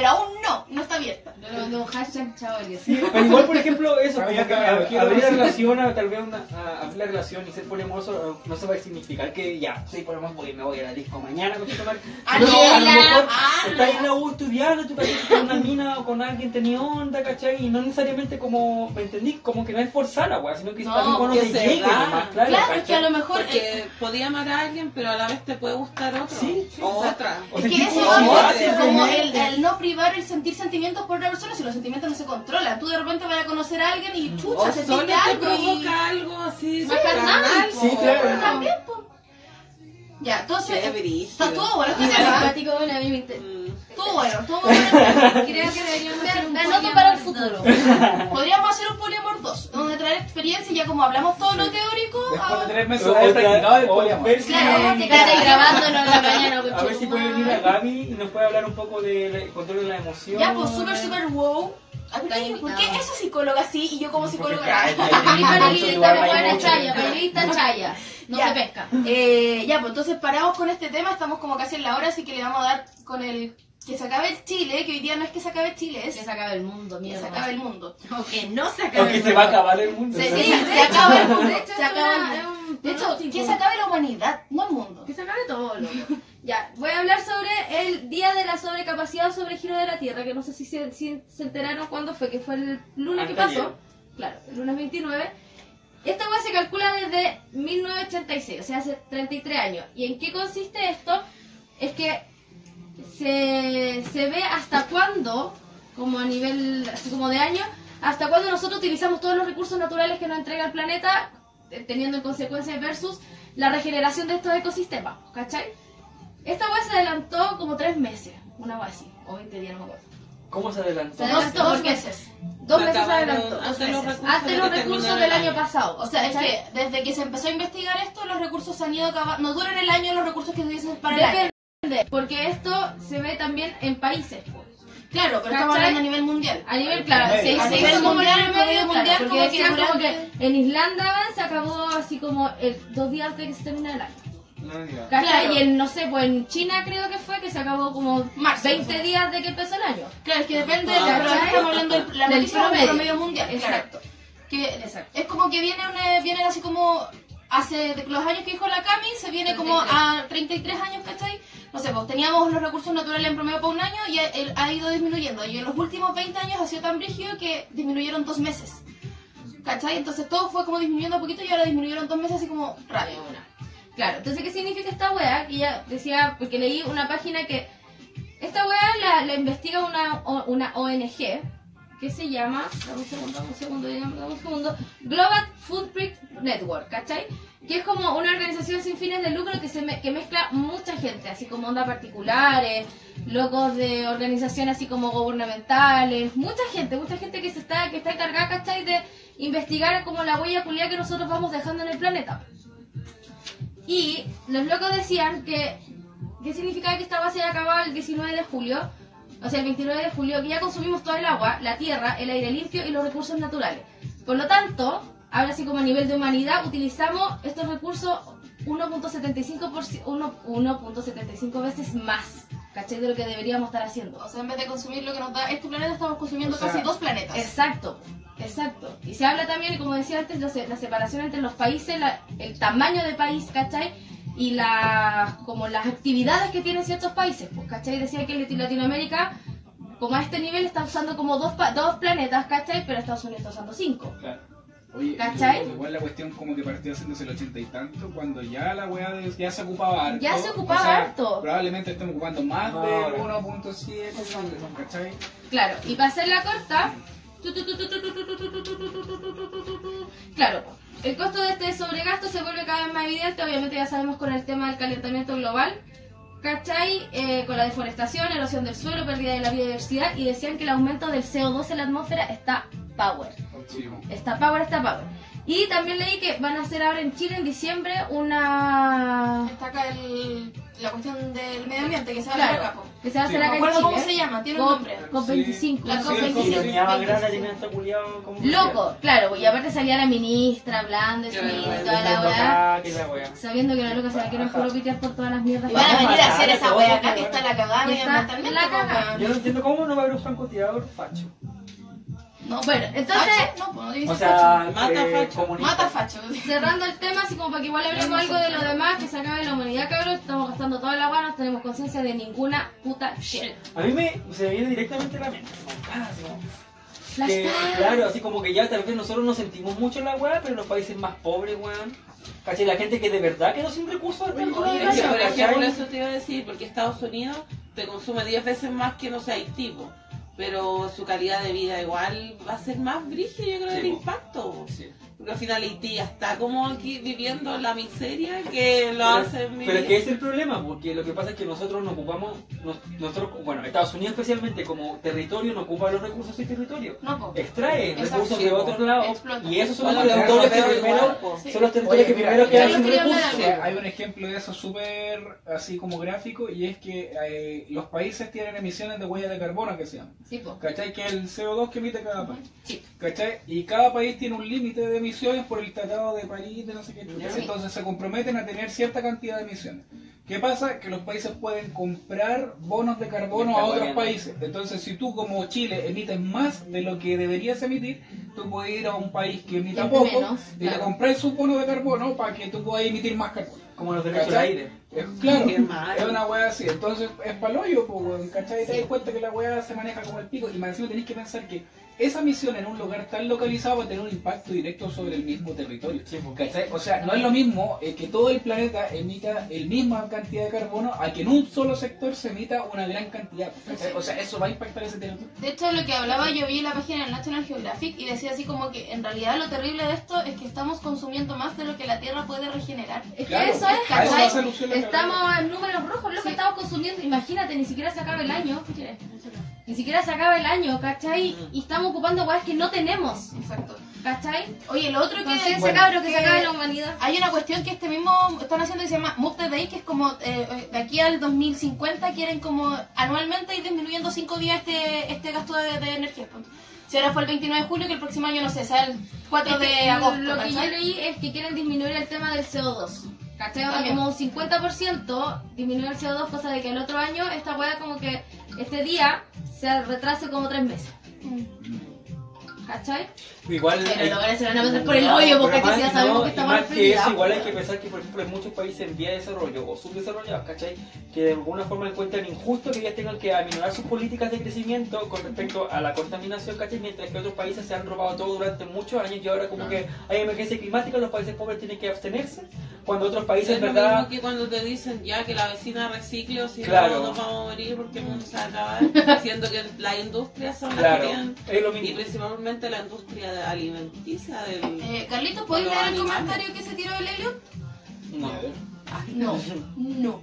Speaker 1: no, no está abierta.
Speaker 3: Yo le mandé un hashtag, chao, Elías.
Speaker 2: Sí, pero igual, por ejemplo, eso,
Speaker 5: Había
Speaker 2: como que
Speaker 5: que-
Speaker 2: ab-
Speaker 5: quiero
Speaker 2: abrir la
Speaker 5: decir-
Speaker 2: relación, a- tal vez una, a- abrir la relación y ser poliamoroso no se va a significar que ya, soy poliamoroso y me voy a la disco mañana con tu madre.
Speaker 1: Ah,
Speaker 2: No,
Speaker 1: no,
Speaker 2: a lo
Speaker 1: la-
Speaker 2: mejor
Speaker 1: ah,
Speaker 2: estás en la U estudiando, tú cachai, con una mina o con alguien tenía onda, ¿cachai? Y no necesariamente como, ¿me entendí? Como que no es forzar la weá, sino que
Speaker 1: No,
Speaker 2: también cuando
Speaker 4: que
Speaker 2: te
Speaker 4: se
Speaker 2: llegue
Speaker 4: da.
Speaker 2: nomás, claro,
Speaker 1: Claro, es que a
Speaker 2: ¿cachai?
Speaker 1: lo mejor... eh,
Speaker 4: Porque podía amar a alguien, pero a la vez te puede gustar otro.
Speaker 2: Sí, sí,
Speaker 4: o
Speaker 2: exacto.
Speaker 4: otra.
Speaker 2: O
Speaker 1: Es
Speaker 2: sentir
Speaker 1: que eso
Speaker 2: curiosidad,
Speaker 1: es como
Speaker 2: simplemente.
Speaker 1: el, el no privar el sentir sentimientos por otra persona si los sentimientos no se controlan. Tú de repente vas a conocer a alguien y chucha,
Speaker 4: O solo
Speaker 1: sentiste
Speaker 4: te
Speaker 1: algo y...
Speaker 4: provoca algo así.
Speaker 3: Más carnal,
Speaker 4: po.
Speaker 2: Sí, claro.
Speaker 1: También, po. Ya, entonces...
Speaker 4: Qué
Speaker 1: eh,
Speaker 4: brígido.
Speaker 1: Está todo bueno,
Speaker 3: Es
Speaker 1: este tema.
Speaker 3: simpático, bueno, a mí me inter-
Speaker 4: Mm.
Speaker 1: Todo bueno, todo bueno.
Speaker 3: Creo que deberíamos hacer un
Speaker 1: Me anoto
Speaker 3: poliamor
Speaker 1: para el
Speaker 3: dos.
Speaker 1: futuro. Podríamos hacer un poliamor dos, donde traer experiencia y ya como hablamos todo lo teórico,
Speaker 5: Después de
Speaker 1: a...
Speaker 5: tres meses
Speaker 2: O-
Speaker 5: de haber
Speaker 2: o tra-
Speaker 5: practicado el
Speaker 2: o
Speaker 5: poliamor.
Speaker 2: ver si-
Speaker 1: Claro,
Speaker 3: Te quedas grabándonos en la mañana,
Speaker 2: A ver si puede venir a Gaby y nos puede hablar un poco del control de la emoción.
Speaker 1: Ya, pues súper, súper wow. A ver,
Speaker 3: Está
Speaker 1: ¿qué- ¿por qué
Speaker 3: invitado.
Speaker 1: esa psicóloga sí y yo como
Speaker 2: Porque
Speaker 1: psicóloga
Speaker 2: cae,
Speaker 1: no?
Speaker 2: cae.
Speaker 3: Y panelista,
Speaker 2: Lugar
Speaker 3: no
Speaker 2: hay
Speaker 3: buena
Speaker 2: mucho.
Speaker 3: chaya, panelista chaya. No
Speaker 1: Ya.
Speaker 3: se pesca.
Speaker 1: Eh, ya, pues entonces paramos con este tema, estamos como casi en la hora, así que le vamos a dar con el que se acabe el Chile, que hoy día no es que se acabe Chile, es
Speaker 3: Que se acabe el mundo,
Speaker 1: que
Speaker 3: mierda.
Speaker 1: se acabe el mundo.
Speaker 6: O que no se
Speaker 2: O
Speaker 6: acabe.
Speaker 2: que
Speaker 6: el
Speaker 2: se va a
Speaker 6: mundo.
Speaker 2: acabar el mundo.
Speaker 1: Se,
Speaker 2: ¿no?
Speaker 1: se-
Speaker 3: Sí,
Speaker 1: se
Speaker 3: de
Speaker 1: acaba el
Speaker 3: hecho,
Speaker 1: mundo.
Speaker 3: de hecho,
Speaker 1: Se
Speaker 3: es
Speaker 1: acaba el
Speaker 3: una-
Speaker 1: mundo.
Speaker 3: es un
Speaker 1: De hecho,
Speaker 3: pronóstico.
Speaker 1: que se acabe la humanidad, no el mundo.
Speaker 3: Que se acabe todo, loco. Ya, voy a hablar sobre el día de la sobrecapacidad o sobregiro de la Tierra, que no sé si se, si se enteraron cuándo fue, que fue el lunes que
Speaker 2: Anteayer.
Speaker 3: pasó. Claro, el lunes veintinueve. Esta hueá se calcula desde mil novecientos ochenta y seis, o sea, hace treinta y tres años. ¿Y en qué consiste esto? Es que se, se ve hasta cuándo, como a nivel así como de año, hasta cuándo nosotros utilizamos todos los recursos naturales que nos entrega el planeta, eh, teniendo en consecuencia versus la regeneración de estos ecosistemas, ¿cachai? Esta hueá se adelantó como tres meses, una hueá así, o veinte días, no me acuerdo.
Speaker 2: ¿Cómo se adelantó?
Speaker 3: Se
Speaker 1: Dos,
Speaker 3: adelantó
Speaker 1: dos
Speaker 3: porque-
Speaker 1: meses.
Speaker 3: Dos
Speaker 4: Se
Speaker 3: meses se
Speaker 4: acabaron
Speaker 3: adelantó. dos
Speaker 4: antes los
Speaker 3: meses.
Speaker 4: recursos
Speaker 3: Antes
Speaker 4: de
Speaker 3: los
Speaker 4: que
Speaker 3: recursos
Speaker 4: terminara
Speaker 3: del
Speaker 4: el
Speaker 3: año
Speaker 4: año.
Speaker 3: pasado.
Speaker 1: O sea, es
Speaker 3: ¿cachai?
Speaker 1: que desde que se empezó a investigar esto, los recursos se han ido acabando. No duran el año los recursos que se dicen para el año.
Speaker 3: Depende, porque esto se ve también en países. po.
Speaker 1: Claro, pero estamos
Speaker 3: ¿Cachai?
Speaker 1: hablando a nivel mundial.
Speaker 3: A nivel, claro,
Speaker 5: promedio.
Speaker 3: se,
Speaker 5: A
Speaker 3: se
Speaker 1: nivel
Speaker 3: hizo como
Speaker 1: mundial,
Speaker 3: el
Speaker 1: el
Speaker 3: promedio
Speaker 1: promedio
Speaker 3: mundial,
Speaker 1: mundial,
Speaker 3: porque
Speaker 1: como que
Speaker 3: decían como
Speaker 1: durante-
Speaker 3: que en Islanda se acabó así como el, dos días antes de que se termine el año.
Speaker 5: No, ni idea.
Speaker 3: ¿Cachai?
Speaker 1: Claro.
Speaker 3: Y en, no sé, pues en China creo que fue que se acabó como
Speaker 1: Marzo.
Speaker 3: veinte días de que empezó el año.
Speaker 1: Claro, es que depende,
Speaker 4: Ah,
Speaker 1: pero aquí estamos hablando de la
Speaker 3: Del
Speaker 1: noticia del
Speaker 3: promedio.
Speaker 1: promedio mundial. claro.
Speaker 3: Exacto.
Speaker 1: Que
Speaker 3: Exacto.
Speaker 1: es como que viene una, vienen así como hace de los años que dijo la Cami, se viene como a treinta y tres años, ¿cachai? No sé, pues teníamos los recursos naturales en promedio para un año y ha, el- ha ido disminuyendo. Y en los últimos veinte años ha sido tan brígido que disminuyeron dos meses. ¿Cachai? Entonces todo fue como disminuyendo un poquito y ahora disminuyeron dos meses así como rápido.
Speaker 3: Claro, entonces, ¿qué significa esta weá? Que ya decía, porque leí una página que esta weá la, la investiga una, o- una O N G que se llama, dame un segundo, dame un segundo, dame un segundo, Global Footprint Network, ¿cachai? Que es como una organización sin fines de lucro que, se me- que mezcla mucha gente, así como ondas particulares, locos de organizaciones así como gubernamentales, mucha gente, mucha gente que se está, que está encargada, ¿cachai? De investigar como la huella culiada que nosotros vamos dejando en el planeta. Y los locos decían que, ¿qué significaba que esta base ya acababa el diecinueve de julio? O sea, el veintinueve de julio, que ya consumimos todo el agua, la tierra, el aire limpio y los recursos naturales. Por lo tanto, ahora sí como a nivel de humanidad, utilizamos estos recursos uno punto setenta y cinco por ciento, uno- uno punto setenta y cinco veces más, ¿cachai? De lo que deberíamos estar haciendo.
Speaker 1: O sea, en vez de consumir lo que nos da este planeta, estamos consumiendo
Speaker 5: O sea,
Speaker 1: casi dos planetas.
Speaker 3: Exacto, exacto. Y se habla también, como decía antes, la, se- la separación entre los países, la- el tamaño de país, ¿cachai? Y las como las actividades que tienen ciertos países, pues, ¿cachai? Decía que Lat- Latinoamérica, como a este nivel, está usando como dos, pa- dos planetas, ¿cachai? Pero Estados Unidos está usando cinco.
Speaker 5: Claro. Oye,
Speaker 3: ¿Cachai?
Speaker 5: igual la cuestión como que partió haciéndose el ochenta y tanto, cuando ya la weá de- ya se ocupaba harto.
Speaker 3: Ya se ocupaba
Speaker 5: o sea,
Speaker 3: harto.
Speaker 5: Probablemente estemos ocupando más
Speaker 2: No,
Speaker 5: de
Speaker 2: no.
Speaker 5: uno punto siete, ¿cachai?
Speaker 3: Claro, y para hacerla corta, tu, tu, tu, tu, tu, tu, tu, tu, tu, tu, tu, tu, tu, tu, tu, tu, tu. Claro, el costo de este sobregasto se vuelve cada vez más evidente, obviamente ya sabemos con el tema del calentamiento global, ¿cachai? Eh, con la deforestación, erosión del suelo, pérdida de la biodiversidad, y decían que el aumento del C O dos en la atmósfera está power.
Speaker 5: Sí,
Speaker 3: Está power, está power. Y también leí que van a hacer ahora en Chile en diciembre una...
Speaker 1: Está acá el, la cuestión del medio ambiente que se va a hacer
Speaker 3: Claro.
Speaker 1: acá. po.
Speaker 3: Que se va a
Speaker 5: Sí.
Speaker 3: hacer
Speaker 1: No
Speaker 3: acá
Speaker 1: me
Speaker 3: en
Speaker 1: acuerdo cómo
Speaker 3: Chile.
Speaker 1: se llama, tiene un
Speaker 3: COP,
Speaker 1: nombre.
Speaker 3: COP veinticinco.
Speaker 1: La
Speaker 5: Sí,
Speaker 1: COP
Speaker 5: sí,
Speaker 2: Y
Speaker 1: veinticinco.
Speaker 2: venía más grande alimento culiado como
Speaker 3: Loco, claro, y aparte salía la ministra hablando y
Speaker 4: Qué vergüenza.
Speaker 3: toda la weá,
Speaker 2: acá, que la wea.
Speaker 3: sabiendo que la loca se la quieren puro pitear por todas las mierdas.
Speaker 1: Y van a
Speaker 2: Vamos a
Speaker 1: venir a
Speaker 2: matar
Speaker 1: hacer
Speaker 2: a
Speaker 1: esa
Speaker 2: todos
Speaker 1: wea
Speaker 2: los
Speaker 1: acá que
Speaker 2: weones.
Speaker 1: está la cagada
Speaker 3: Que está
Speaker 1: medioambientalmente.
Speaker 3: la
Speaker 1: po,
Speaker 3: cagada.
Speaker 1: weón.
Speaker 2: Yo no entiendo cómo no va a haber un francotirador facho.
Speaker 1: No,
Speaker 3: Bueno, entonces,
Speaker 1: facho, no, pues no tiene que
Speaker 2: O
Speaker 1: ser
Speaker 2: sea,
Speaker 4: Mata
Speaker 2: eh,
Speaker 4: facho.
Speaker 1: facho.
Speaker 2: comunista.
Speaker 1: Mata facho.
Speaker 3: cerrando el tema, así como para que igual hablemos algo de lo demás, que se acabe la humanidad, cabrón, estamos gastando toda la agua, no tenemos conciencia de ninguna puta shit.
Speaker 2: A mí me se me viene directamente a la mente. Como, ah, así como, que,
Speaker 3: Flashback.
Speaker 2: claro, así como que ya tal vez nosotros nos sentimos mucho en la weá, pero en los países más pobres, weón. ¿Cachai? La gente que de verdad quedó sin recursos hasta el
Speaker 1: Oye,
Speaker 4: Es que,
Speaker 1: Gracias,
Speaker 4: por
Speaker 2: ¿cachai?
Speaker 4: ejemplo, eso te iba a decir, porque Estados Unidos te consume diez veces más que, no sé, Haití, po. Pero su calidad de vida igual va a ser más brígido, yo creo,
Speaker 2: Sí,
Speaker 4: el
Speaker 2: po.
Speaker 4: impacto. po.
Speaker 2: Sí.
Speaker 4: Porque al final Haití ya está como aquí viviendo la miseria que lo hace
Speaker 2: Pero,
Speaker 4: vivir.
Speaker 2: pero es que ese es el problema, porque lo que pasa es que nosotros no ocupamos, nos- nosotros, bueno, Estados Unidos especialmente como territorio no ocupa los recursos de ese territorio.
Speaker 1: No, po.
Speaker 2: Extrae
Speaker 1: Exacto.
Speaker 2: recursos
Speaker 4: Sí,
Speaker 2: de
Speaker 4: po.
Speaker 2: otros lados
Speaker 1: Explota.
Speaker 2: y esos son
Speaker 4: Bueno,
Speaker 2: los
Speaker 4: los
Speaker 2: territorios que
Speaker 4: europeos
Speaker 2: primero
Speaker 4: igual, po.
Speaker 1: Sí.
Speaker 2: son los territorios
Speaker 5: Oye,
Speaker 2: que
Speaker 5: mira,
Speaker 2: primero
Speaker 5: yo
Speaker 2: quedan
Speaker 1: lo
Speaker 2: sin
Speaker 1: quería hablar
Speaker 2: recursos.
Speaker 1: algo.
Speaker 5: Hay un ejemplo de eso súper así como gráfico y es que eh, los países tienen emisiones de huella de carbono que se llaman.
Speaker 3: Sí, po.
Speaker 5: ¿Cachai? Que es el C O dos que emite cada país.
Speaker 3: Sí.
Speaker 5: ¿Cachai? Y cada país tiene un límite de emisiones por el Tratado de París, de no sé qué. chucha.
Speaker 3: Sí.
Speaker 5: Entonces se comprometen a tener cierta cantidad de emisiones. ¿Qué pasa? Que los países pueden comprar bonos de carbono a otros países. Entonces, si tú como Chile emites más de lo que deberías emitir, tú puedes ir a un país que emita
Speaker 3: Emite
Speaker 5: poco
Speaker 3: menos,
Speaker 5: y le
Speaker 3: claro.
Speaker 5: comprar su bono de carbono para que tú puedas emitir más carbono.
Speaker 2: Como los derechos al
Speaker 5: ¿Cachai?
Speaker 2: aire.
Speaker 5: Es, claro,
Speaker 4: Qué mal.
Speaker 5: es una wea así. Entonces, es paloyo, pues, weón, ¿cachai? Te
Speaker 1: Sí.
Speaker 5: das cuenta que la wea se maneja como el pico y más encima tenés que pensar que esa misión en un lugar tan localizado va a tener un impacto directo sobre el mismo territorio.
Speaker 2: Sí, pues.
Speaker 5: ¿Cachai? O sea, no es lo mismo eh, que todo el planeta emita el misma cantidad de carbono a que en un solo sector se emita una gran cantidad. ¿Cachai? O sea, eso va a impactar ese territorio.
Speaker 1: De hecho, lo que hablaba, yo vi en la página del National Geographic y decía así como que en realidad lo terrible de esto es que estamos consumiendo más de lo que la Tierra puede regenerar.
Speaker 3: Es que
Speaker 5: Claro,
Speaker 3: eso es,
Speaker 5: a eso
Speaker 3: ¿cachai?
Speaker 5: hace alusión la
Speaker 3: Estamos en números rojos, lo que
Speaker 1: Sí.
Speaker 3: estamos consumiendo. Imagínate, ni siquiera se acaba el año. Ni siquiera se acaba el año, ¿cachai? Y estamos ocupando weas que no tenemos,
Speaker 1: Exacto.
Speaker 3: ¿cachai?
Speaker 1: Oye, lo otro que...
Speaker 3: Conciencia,
Speaker 5: Bueno,
Speaker 3: cabros, que
Speaker 1: que-
Speaker 3: se acabe la humanidad.
Speaker 1: Hay una cuestión que este mismo están haciendo que se llama Move the Day, que es como eh, de aquí al dos mil cincuenta quieren como anualmente ir disminuyendo cinco días este, este gasto de, de energía. Si ahora fue el veintinueve de julio, que el próximo año, no sé, sea el cuatro
Speaker 3: Es que
Speaker 1: de agosto.
Speaker 3: Lo que yo
Speaker 1: ¿cachai?
Speaker 3: leí es que quieren disminuir el tema del C O dos. ¿Cachai? Ahora
Speaker 1: También.
Speaker 3: como un cincuenta por ciento disminuir el C O dos, cosa de que el otro año esta wea como que este día se retrase como tres meses.
Speaker 1: Mm.
Speaker 3: ¿Cachai?
Speaker 2: Igual
Speaker 3: Pero
Speaker 2: hay-
Speaker 3: los hogares se van a pasar por el hoyo porque
Speaker 2: pero
Speaker 3: ya
Speaker 2: más-
Speaker 3: sabemos
Speaker 2: no,
Speaker 3: que
Speaker 2: y
Speaker 3: estamos
Speaker 2: más
Speaker 3: al
Speaker 2: que eso,
Speaker 3: frente.
Speaker 2: igual hay que pensar que, por ejemplo, en muchos países en vía de desarrollo o subdesarrollados, ¿cachai? Que de alguna forma encuentran injusto que ellas tengan que aminorar sus políticas de crecimiento con respecto a la contaminación, ¿cachai? Mientras que otros países se han robado todo durante muchos años y ahora como que hay emergencia climática, los países pobres tienen que abstenerse, cuando otros países,
Speaker 4: Es lo
Speaker 2: en verdad...
Speaker 4: mismo que cuando te dicen ya que la vecina recicle o si
Speaker 2: Claro.
Speaker 4: no nos vamos a morir porque el mundo se va a acabar, siendo que las industrias son las
Speaker 2: Claro,
Speaker 4: que tienen,
Speaker 2: es lo
Speaker 4: y
Speaker 2: mismo.
Speaker 4: principalmente la industria alimenticia del...
Speaker 1: Eh, Carlitos, ¿puedes
Speaker 4: Los
Speaker 1: leer el
Speaker 4: animales.
Speaker 1: comentario que se tiró el Elliot?
Speaker 2: No.
Speaker 1: No, no.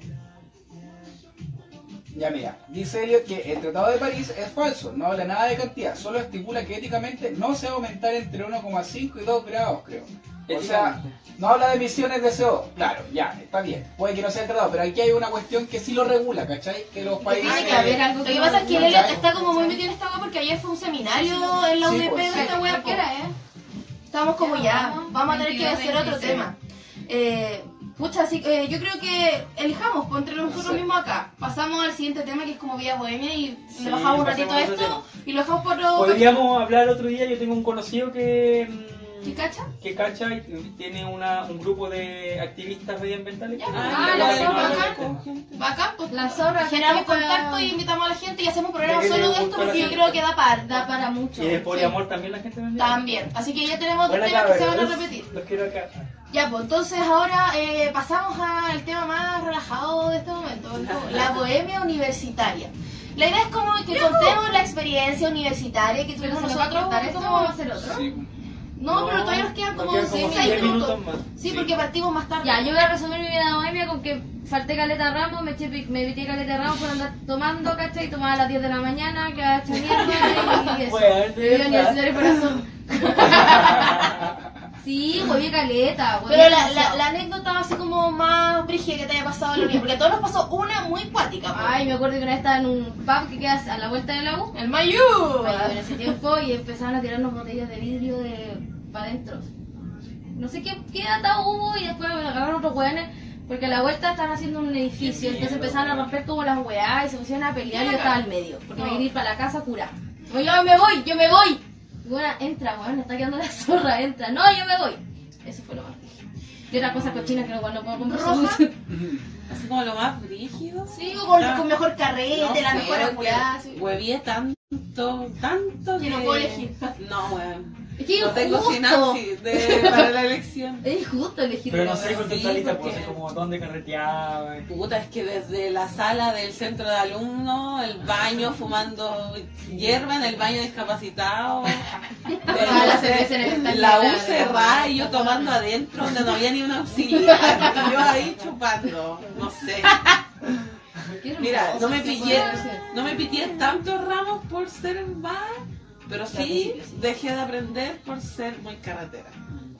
Speaker 5: Ya mira, dice Elliot que el Tratado de París es falso, no habla nada de cantidad, solo estipula que éticamente no se va a aumentar entre uno coma cinco y dos grados, creo. O sea, no habla de emisiones de C O dos, claro, ya, está bien, puede que no sea el tratado, pero aquí hay una cuestión que sí lo regula, ¿cachai? Que los países...
Speaker 3: Tiene que haber algo
Speaker 1: Lo
Speaker 3: que
Speaker 1: que pasa es que el
Speaker 5: ¿cachai?
Speaker 1: Elliot está como muy metido en esta wea porque ayer fue un seminario en la
Speaker 5: Sí,
Speaker 1: U D P
Speaker 5: pues,
Speaker 1: de esta
Speaker 5: sí.
Speaker 1: wea.
Speaker 3: ¿Qué hora es?
Speaker 1: Estamos como
Speaker 3: Ya,
Speaker 1: ya,
Speaker 3: vamos.
Speaker 1: vamos a tener que
Speaker 3: veintidós,
Speaker 1: hacer otro
Speaker 3: veintiséis.
Speaker 1: tema. Eh, pucha, así que eh, yo creo que elijamos pues, entre nosotros
Speaker 5: No sé.
Speaker 1: mismos acá. Pasamos al siguiente tema que es como Vía Bohemia y
Speaker 2: Sí,
Speaker 1: le bajamos un ratito a
Speaker 2: pasemos a otro
Speaker 1: esto y lo dejamos por otro.
Speaker 2: Podríamos hablar otro día, yo tengo un conocido que... mm,
Speaker 1: ¿Qué cacha?
Speaker 2: que cacha y tiene una, un grupo de activistas medioambientales.
Speaker 1: Ya,
Speaker 2: que-
Speaker 3: ah,
Speaker 2: que
Speaker 3: la
Speaker 2: hacen
Speaker 3: zorra,
Speaker 2: algo
Speaker 1: acá.
Speaker 2: con-
Speaker 1: Bacán, pues
Speaker 3: La zorra.
Speaker 1: generamos
Speaker 3: activa-
Speaker 1: contacto y invitamos a la gente y hacemos un programa
Speaker 2: Ya que
Speaker 1: solo
Speaker 2: le
Speaker 1: de esto
Speaker 2: gustó la
Speaker 1: porque yo
Speaker 2: gente.
Speaker 1: creo que da para.
Speaker 3: Da para mucho.
Speaker 2: Y de
Speaker 3: Sí.
Speaker 2: poliamor también la gente me
Speaker 1: También. Así que ya tenemos dos
Speaker 2: Buena
Speaker 1: temas que se
Speaker 2: cabra,
Speaker 1: van a
Speaker 2: los-
Speaker 1: repetir.
Speaker 2: Los quiero acá.
Speaker 1: Ya, pues entonces ahora eh, pasamos al tema más relajado de este momento, la bohemia universitaria. La idea es como que contemos la experiencia universitaria que
Speaker 3: Pero
Speaker 1: tuvimos
Speaker 3: se nos va a
Speaker 1: nosotros.
Speaker 3: cortar esto,
Speaker 1: como-
Speaker 3: vamos a hacer otro.
Speaker 5: Sí.
Speaker 1: No, pero todavía nos quedan
Speaker 2: nos
Speaker 1: como
Speaker 2: quedan
Speaker 1: seis
Speaker 2: diez
Speaker 1: minutos.
Speaker 2: más.
Speaker 1: Sí,
Speaker 5: Sí.
Speaker 1: porque partimos más tarde.
Speaker 3: Ya, yo voy a resumir mi vida bohemia con que falté caleta Ramos, me, eché, pi- me evité caleta Ramos por andar tomando, ¿cachai? Tomaba a las diez de la mañana, que hecha mierda y eso.
Speaker 2: Bueno, de
Speaker 3: Me dio
Speaker 2: verdad.
Speaker 3: universitario corazón. Sí, hueví caleta. hueví
Speaker 1: Pero la, la,
Speaker 3: demasiado.
Speaker 1: la anécdota así como más brígida que te haya pasado en la universidad, porque a todos nos pasó una muy cuática. po.
Speaker 3: Ay, me acuerdo que una vez estaba en un pub que queda a la vuelta de la U.
Speaker 1: El Mayu.
Speaker 3: Bueno, en ese tiempo y empezaron a tirarnos botellas de vidrio de para adentro. No sé qué, qué data hubo y después agarraron otros hueones porque a la vuelta estaban haciendo un edificio, entonces empezaron a romper como las weas y se pusieron a pelear y yo estaba al medio porque me quería ir para la casa a curar. Digo, yo me voy, yo me voy. Y bueno, entra, weón, está quedando la zorra, entra. No, yo me voy. Eso fue lo más brígido. Y otra cosa cochina que no, no puedo conversar
Speaker 1: ¿Roja?
Speaker 3: mucho.
Speaker 4: Así como lo más brígido.
Speaker 1: Sí, con,
Speaker 4: Ah.
Speaker 1: con mejor carrete,
Speaker 4: No
Speaker 1: la
Speaker 4: sé,
Speaker 1: mejor
Speaker 4: porque
Speaker 1: apurada. Sí.
Speaker 4: Huevié tanto, tanto
Speaker 1: Que no puedo elegir.
Speaker 4: No, weón.
Speaker 3: Es que
Speaker 4: No
Speaker 3: es
Speaker 4: tengo
Speaker 3: justo.
Speaker 4: sinapsis de, para la elección.
Speaker 3: Es injusto elegir.
Speaker 2: Pero no
Speaker 3: una
Speaker 2: sé,
Speaker 3: wea.
Speaker 2: con tu
Speaker 4: Sí,
Speaker 2: lista,
Speaker 4: porque-
Speaker 2: pues, como dónde carreteaba.
Speaker 4: Puta, es que desde la sala del centro de alumnos, el baño fumando hierba en el baño discapacitado,
Speaker 3: Ah, la cerveza en el estanque
Speaker 4: la
Speaker 3: de
Speaker 4: U
Speaker 3: la-
Speaker 4: cerrada y yo tomando adentro donde no había ni un auxiliar y yo ahí chupando, no sé.
Speaker 3: Qué
Speaker 4: Mira,
Speaker 3: hermoso,
Speaker 4: no me
Speaker 3: qué
Speaker 4: pillé,
Speaker 3: hermoso.
Speaker 4: no me pillé tantos ramos por ser vaga, pero sí dejé de aprender por ser muy carretera.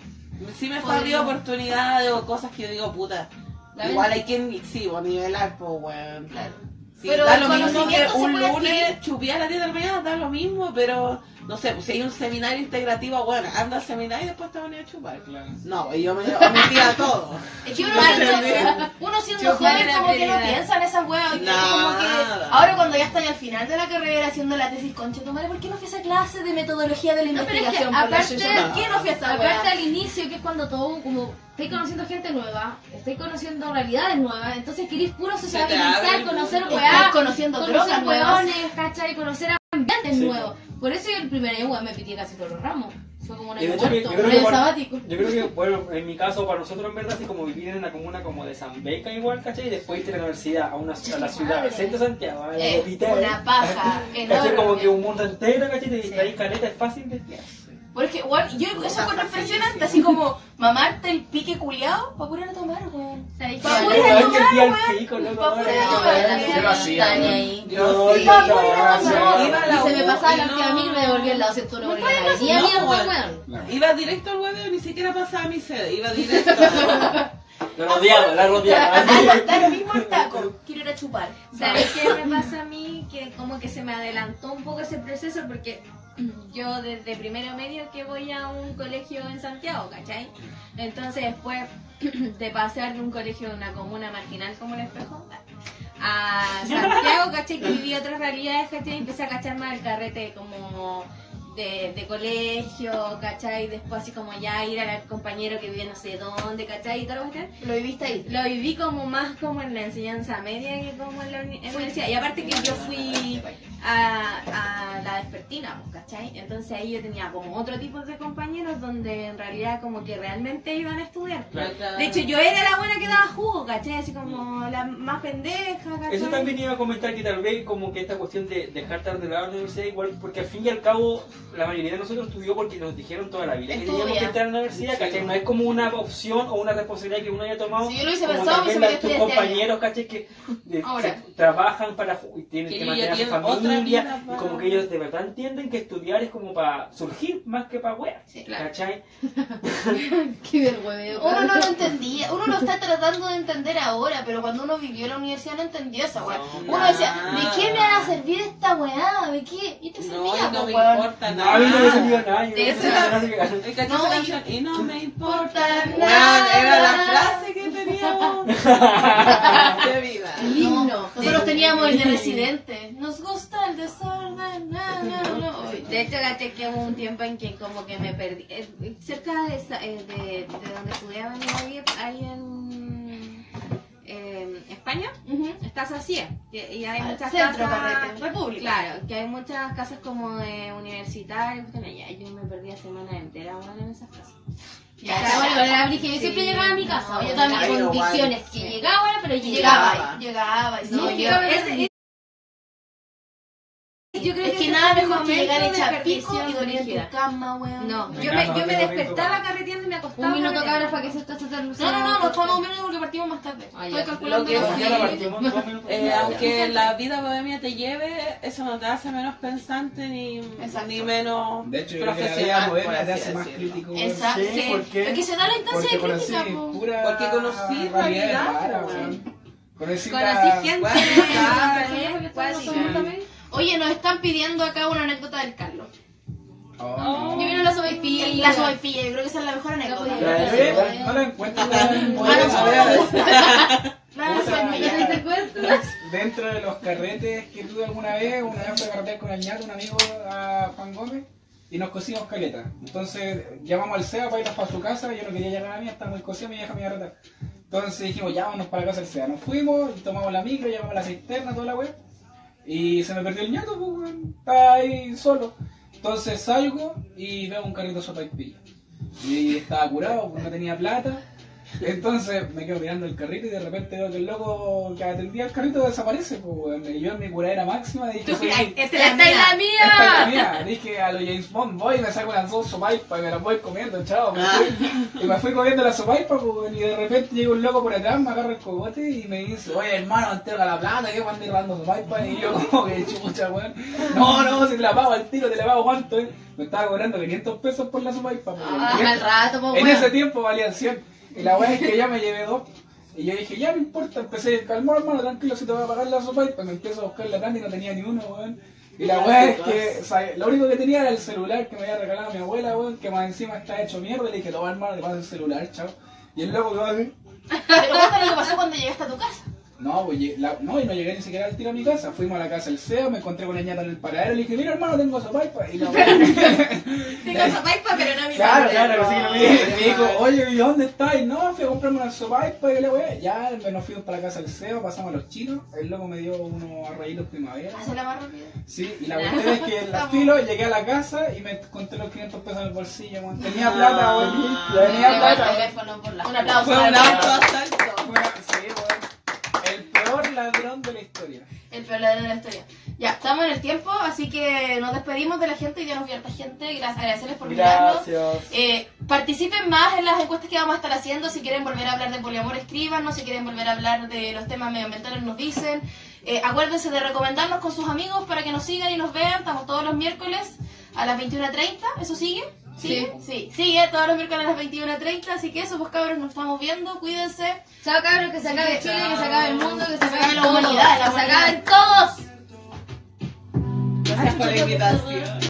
Speaker 4: Sí me fue abrir oportunidades o cosas que yo digo, puta,
Speaker 3: La
Speaker 4: igual
Speaker 3: ven-
Speaker 4: hay que sí, pues, nivelar, pues, weón.
Speaker 1: Claro.
Speaker 4: Sí,
Speaker 1: Pero
Speaker 4: da
Speaker 1: el
Speaker 4: lo mismo que
Speaker 1: conocimiento se
Speaker 4: un
Speaker 1: puede
Speaker 4: lunes
Speaker 1: adquirir.
Speaker 4: chupé a las diez de la mañana, da lo mismo, pero no sé, pues si hay un seminario integrativo, bueno, anda al seminario y después te van a ir a chupar.
Speaker 2: Claro.
Speaker 4: No, y yo me omitía todo.
Speaker 1: Es que uno,
Speaker 4: Vale,
Speaker 1: siendo,
Speaker 4: bien.
Speaker 1: uno siendo
Speaker 6: Chupar
Speaker 1: joven
Speaker 6: era
Speaker 1: como que no
Speaker 6: prioridad.
Speaker 1: piensa en esas weas. y como que
Speaker 4: Nada.
Speaker 1: ahora cuando ya estoy al final de la carrera haciendo la tesis, concha tu madre, ¿por qué no fui a esa clase de metodología de la
Speaker 3: No, pero es que
Speaker 1: investigación? por la
Speaker 3: aparte-
Speaker 1: chucha? ¿Por qué no fui a esa wea?
Speaker 3: Aparte al inicio, que es cuando todo, como, estáis conociendo gente nueva, estáis conociendo realidades nuevas, entonces queréis puro
Speaker 4: Se te abre
Speaker 3: sociabilizar,
Speaker 4: el
Speaker 3: conocer
Speaker 4: mundo.
Speaker 3: weá,
Speaker 1: Estás conociendo
Speaker 3: conocer
Speaker 1: drogas nuevas.
Speaker 3: weones, ¿cachai? Conocer ambientes
Speaker 2: Sí.
Speaker 3: nuevos. Por eso yo el primer año, weón, me pitié casi todos los ramos. Fue como un
Speaker 2: Y de
Speaker 3: año
Speaker 2: hecho, que-
Speaker 3: muerto,
Speaker 2: yo
Speaker 3: un
Speaker 2: creo que
Speaker 3: año
Speaker 2: por-
Speaker 3: sabático.
Speaker 2: Yo creo que, bueno, en mi caso, para nosotros en verdad, así como vivir en una comuna como de San Beca igual, ¿cachai? Y después irte a la universidad, a, una, a la ciudad, al centro de Santiago, a la
Speaker 1: Eh,
Speaker 2: capital.
Speaker 1: una paja
Speaker 2: ¿Cachai? Como
Speaker 1: enorme.
Speaker 2: que un mundo entero, ¿cachai? Te distraes caleta, es fácil de
Speaker 1: Porque, weón, yo eso encuentro impresionante, así como mamarte el pique culiao para poder tomar, weón.
Speaker 6: ¿Sabéis
Speaker 1: Pa'
Speaker 6: qué?
Speaker 1: pura
Speaker 2: ¿Sabes
Speaker 1: tomar,
Speaker 2: que el día
Speaker 1: weón.
Speaker 2: al pico, loco?
Speaker 1: Pa' pura
Speaker 2: ahora?
Speaker 1: tomar.
Speaker 5: Yo lo hacía.
Speaker 3: Tania ahí.
Speaker 2: Yo,
Speaker 1: Sí,
Speaker 2: yo
Speaker 1: pa' pura
Speaker 2: tomaba,
Speaker 1: tomar.
Speaker 4: Iba a
Speaker 3: Y
Speaker 4: la
Speaker 3: se me
Speaker 4: U
Speaker 3: pasaba
Speaker 4: y
Speaker 3: la
Speaker 4: no-
Speaker 3: última mil y me devolví al lado ciento uno porque no me venía
Speaker 4: No,
Speaker 3: mierda,
Speaker 4: weón.
Speaker 3: weón.
Speaker 4: Iba directo al huevo, ni siquiera pasaba mi sede, iba directo.
Speaker 2: La rodeaba, la rodeaba.
Speaker 1: Da lo mismo el taco. Quiero ir a chupar.
Speaker 6: ¿Sabes qué me pasa a mí? Que como que se me adelantó un poco ese proceso porque yo desde primero medio que voy a un colegio en Santiago, ¿cachai? Entonces después de pasar de un colegio de una comuna marginal como el Espejo a Santiago, ¿cachai? Que viví otras realidades, ¿cachai? Empecé a cachar más el carrete como de, de colegio, ¿cachai? Después así como ya ir al compañero que vive no sé dónde, ¿cachai? Y toda la cuestión.
Speaker 1: Lo viviste ahí.
Speaker 6: Lo viví como más como en la enseñanza media que como en la uni- en la universidad. Y aparte que yo fui a, a la despertina, pues, ¿cachai? Entonces ahí yo tenía como otro tipo de compañeros donde en realidad como que realmente iban a estudiar. De hecho yo era la buena que daba jugo, ¿cachai? Así como la más pendeja, ¿cachai?
Speaker 2: Eso también iba a comentar que tal vez como que esta cuestión de dejar tarde de lado la universidad igual, porque al fin y al cabo la mayoría de nosotros estudió porque nos dijeron toda la vida que
Speaker 1: Estudia.
Speaker 2: teníamos que estar en la universidad, ¿cachai? No es como una opción o una responsabilidad que uno haya tomado.
Speaker 1: Si yo lo hubiese
Speaker 2: como
Speaker 1: pensado,
Speaker 2: también
Speaker 1: hubiese
Speaker 2: la- tus
Speaker 1: podido estudiar este
Speaker 2: compañeros, ¿cachai? Que eh,
Speaker 1: Ahora.
Speaker 2: se- trabajan para ju- y tienen
Speaker 4: Que
Speaker 2: que
Speaker 4: ellos ya
Speaker 2: mantener a su
Speaker 4: tienen otra
Speaker 2: familia
Speaker 4: vida
Speaker 2: y
Speaker 4: para-
Speaker 2: como que ellos de verdad entienden que estudiar es como para surgir más que para weas,
Speaker 1: Sí,
Speaker 2: ¿cachai?
Speaker 3: Qué del hueveo.
Speaker 1: Uno no lo entendía, uno lo está tratando de entender ahora, pero cuando uno vivió la universidad no entendió esa weá.
Speaker 4: No,
Speaker 1: Uno decía,
Speaker 4: nada.
Speaker 1: ¿de qué me van a servir esta weá? ¿De qué? Y te
Speaker 4: No,
Speaker 1: servía,
Speaker 4: y no
Speaker 1: po,
Speaker 4: me
Speaker 1: weón.
Speaker 4: importa
Speaker 2: No, a mí no me sirvió
Speaker 4: nada.
Speaker 2: nada. yo
Speaker 1: De
Speaker 2: no
Speaker 1: esa-
Speaker 2: sé nada que-
Speaker 4: ¿El cachai
Speaker 1: No,
Speaker 4: esa
Speaker 1: y-
Speaker 4: canción? Y no me importa
Speaker 1: importa
Speaker 4: nada.
Speaker 1: nada.
Speaker 4: Era la frase que teníamos de vida.
Speaker 3: El himno.
Speaker 1: No, nosotros teníamos el de Residente. Nos gusta el desorden. Na, na, na.
Speaker 6: De hecho, caché que hubo un tiempo en que como que me perdí. eh, cerca de, esa- eh, de, de donde estudiaba en Ibagué, ahí en eh, España,
Speaker 1: Ujú.
Speaker 6: está Sacia. Y, y hay
Speaker 1: Al
Speaker 6: muchas
Speaker 1: centro,
Speaker 6: casas.
Speaker 1: carrete, República.
Speaker 6: Claro, que hay muchas casas como de universitarios. cuestiones, y ahí yo me perdía semanas enteras bueno, en esas casas.
Speaker 1: Ya,
Speaker 3: Ya, bueno,
Speaker 1: ya.
Speaker 3: era brígido. Yo siempre
Speaker 6: Sí,
Speaker 3: llegaba a mi
Speaker 6: no,
Speaker 3: casa, yo
Speaker 6: yo
Speaker 3: también
Speaker 4: también igual.
Speaker 3: condiciones que
Speaker 6: Sí.
Speaker 3: llegaba, bueno, pero
Speaker 1: Llegaba,
Speaker 3: llegaba.
Speaker 1: llegaba. y
Speaker 3: No,
Speaker 1: no,
Speaker 3: yo-
Speaker 1: yo-
Speaker 6: Ese- Yo creo
Speaker 1: Es
Speaker 6: que
Speaker 1: que
Speaker 6: ese
Speaker 1: nada
Speaker 6: fue el
Speaker 1: mejor que llegar
Speaker 6: momento de
Speaker 1: hecha pico
Speaker 6: perdición
Speaker 1: y dormir en
Speaker 6: brígida.
Speaker 1: tu cama, weón.
Speaker 6: No,
Speaker 5: Me
Speaker 6: yo me,
Speaker 5: encanta
Speaker 6: yo me
Speaker 5: dormir en tu
Speaker 6: despertaba
Speaker 5: cama.
Speaker 6: carreteando y me acostaba
Speaker 3: Un minuto,
Speaker 6: carreteando.
Speaker 3: cabras, para que se esto se termine.
Speaker 1: No, no, no, no estamos un minuto porque partimos más tarde.
Speaker 3: Ah,
Speaker 1: Estoy
Speaker 3: ya.
Speaker 1: calculando
Speaker 4: Lo que
Speaker 1: los
Speaker 4: sí.
Speaker 2: Ya la
Speaker 1: minutos.
Speaker 2: partimos dos minutos.
Speaker 4: Eh,
Speaker 2: Ya.
Speaker 4: aunque la vida bohemia te lleve, eso no te hace menos pensante ni,
Speaker 1: Exacto.
Speaker 4: ni menos
Speaker 5: De hecho, yo creo que la vida
Speaker 4: profesional, por
Speaker 5: moderna te
Speaker 4: así
Speaker 5: hace más
Speaker 4: decirlo.
Speaker 5: crítico. weón.
Speaker 1: Exacto.
Speaker 2: Sí, ¿por qué?
Speaker 1: Es que se da la instancia
Speaker 5: Porque
Speaker 1: de
Speaker 5: conocí
Speaker 1: crítica, po.
Speaker 5: pura
Speaker 4: Porque conocí realidad,
Speaker 5: raras,
Speaker 4: weón.
Speaker 5: weón. Conocí,
Speaker 6: Conocí
Speaker 5: la-
Speaker 6: gente
Speaker 4: Bueno,
Speaker 6: eh, cuática.
Speaker 3: También.
Speaker 1: Oye, nos están pidiendo acá una anécdota del Carlos.
Speaker 5: Oh, no.
Speaker 3: Yo vino la sopaipilla.
Speaker 1: La sopaipilla, yo creo que esa es la mejor anécdota.
Speaker 3: La
Speaker 2: Ya,
Speaker 5: Yo igual no la encuentro tan
Speaker 1: Ah, no,
Speaker 5: moderna,
Speaker 1: no,
Speaker 5: weón.
Speaker 1: me gusta. La
Speaker 5: Puta,
Speaker 1: sopaipilla.
Speaker 3: ¿Te cuento?
Speaker 5: Dentro de los carretes que tuve alguna vez, una vez fui a carretear con el ñato, un amigo, a Juan Gómez, y nos cosimos caleta. Entonces llamamos al S E A para irnos para su casa, yo no quería llegar a la mía, estaba muy cosido, mi vieja me iba a retar. Entonces dijimos, ya vámonos para la casa del S E A. Nos fuimos, tomamos la micro, llevamos la cisterna, toda la web, y se me perdió el ñato, pues, weón. Estaba ahí solo. Entonces salgo y veo un carrito de sopaipilla. Y estaba curado, pues no tenía plata. Entonces me quedo mirando el carrito y de repente veo que el loco que atendía el carrito desaparece, pues, weón. Y yo en mi curadera máxima dije, soy-
Speaker 6: Ay, esta es
Speaker 3: ¡Esta
Speaker 6: la
Speaker 3: es
Speaker 6: mía.
Speaker 3: la
Speaker 5: esta
Speaker 3: mía!
Speaker 5: es la mía. Dije a los James Bond, voy y me saco unas dos sopaipas y me las voy comiendo, chao. Me fui- y me fui comiendo las sopaipas, pues, y de repente llega un loco por atrás, me agarra el cogote y me dice, oye hermano, entrega la plata, que cuando ir dando sopaipas. Y yo como que chucha, weón. No, no, si te la pago al tiro, te la pago cuánto, eh. Me estaba cobrando quinientos pesos por la sopaipa, pues,
Speaker 3: Ah,
Speaker 5: weón.
Speaker 3: al rato, pues,
Speaker 5: En
Speaker 3: weón.
Speaker 5: ese tiempo valían cien. Y la weá es que ya me llevé dos. Y yo dije, ya no importa, empecé, calmó hermano, tranquilo, si te voy a pagar la sopa. Y pues me empiezo a buscar la plata y no tenía ni uno, weón. Y la weá es que, o sea, lo único que tenía era el celular que me había regalado mi abuela, weón, que más encima está hecho mierda. Y le dije, toma hermano, te paso el celular, chao. Y el loco quedó así.
Speaker 1: Pero cuéntame lo que pasó cuando llegaste a tu casa.
Speaker 5: No, pues, lleg- la- no, y no llegué ni siquiera al tiro a mi casa. Fuimos a la casa del C E O, me encontré con la ñata en el paradero y le dije, mira hermano, tengo sopa. Y la weá.
Speaker 6: Tengo sopaipa, pero no mi
Speaker 5: Claro,
Speaker 6: nombre.
Speaker 2: claro, sí, lo
Speaker 5: Y
Speaker 2: mismo.
Speaker 5: me dijo, oye, ¿y dónde estás? Y no, fui a comprarme una sopa y la weá. Ya, nos fuimos para la casa del C E O, pasamos a los chinos. El loco me dio unos arrayitos primavera.
Speaker 1: Hazla más rápido.
Speaker 5: Sí, y la cuestión es que en la filo llegué a la casa y me conté los quinientos pesos en el bolsillo. weón. Tenía plata, weón. Tenía
Speaker 3: Llegó el
Speaker 5: plata.
Speaker 3: teléfono por la
Speaker 1: Un aplauso.
Speaker 4: Fue un
Speaker 1: para
Speaker 4: autoasalto.
Speaker 5: Bueno, sí, weón. El peor ladrón de la historia.
Speaker 1: el peor ladrón de la historia. Ya, estamos en el tiempo, así que nos despedimos de la gente y ya nos vio harta gente. Gracias, agradecerles por mirarnos.
Speaker 2: Gracias.
Speaker 1: Eh, participen más en las encuestas que vamos a estar haciendo. Si quieren volver a hablar de poliamor, escríbanos. Si quieren volver a hablar de los temas medioambientales, nos dicen. Eh, acuérdense de recomendarnos con sus amigos para que nos sigan y nos vean. Estamos todos los miércoles a las veintiuna treinta. ¿Eso sigue? ¿Sigue? Sí. Sigue todos los miércoles a las veintiuna treinta. Así que eso, pues cabros, nos estamos viendo. Cuídense.
Speaker 3: Chao, cabros, que se acabe Chile, que se acabe el mundo, que se
Speaker 1: acabe
Speaker 3: acabe
Speaker 1: la
Speaker 3: todo.
Speaker 1: humanidad, la
Speaker 3: Que se
Speaker 1: humanidad.
Speaker 3: acaben todos.
Speaker 4: Gracias por la invitación.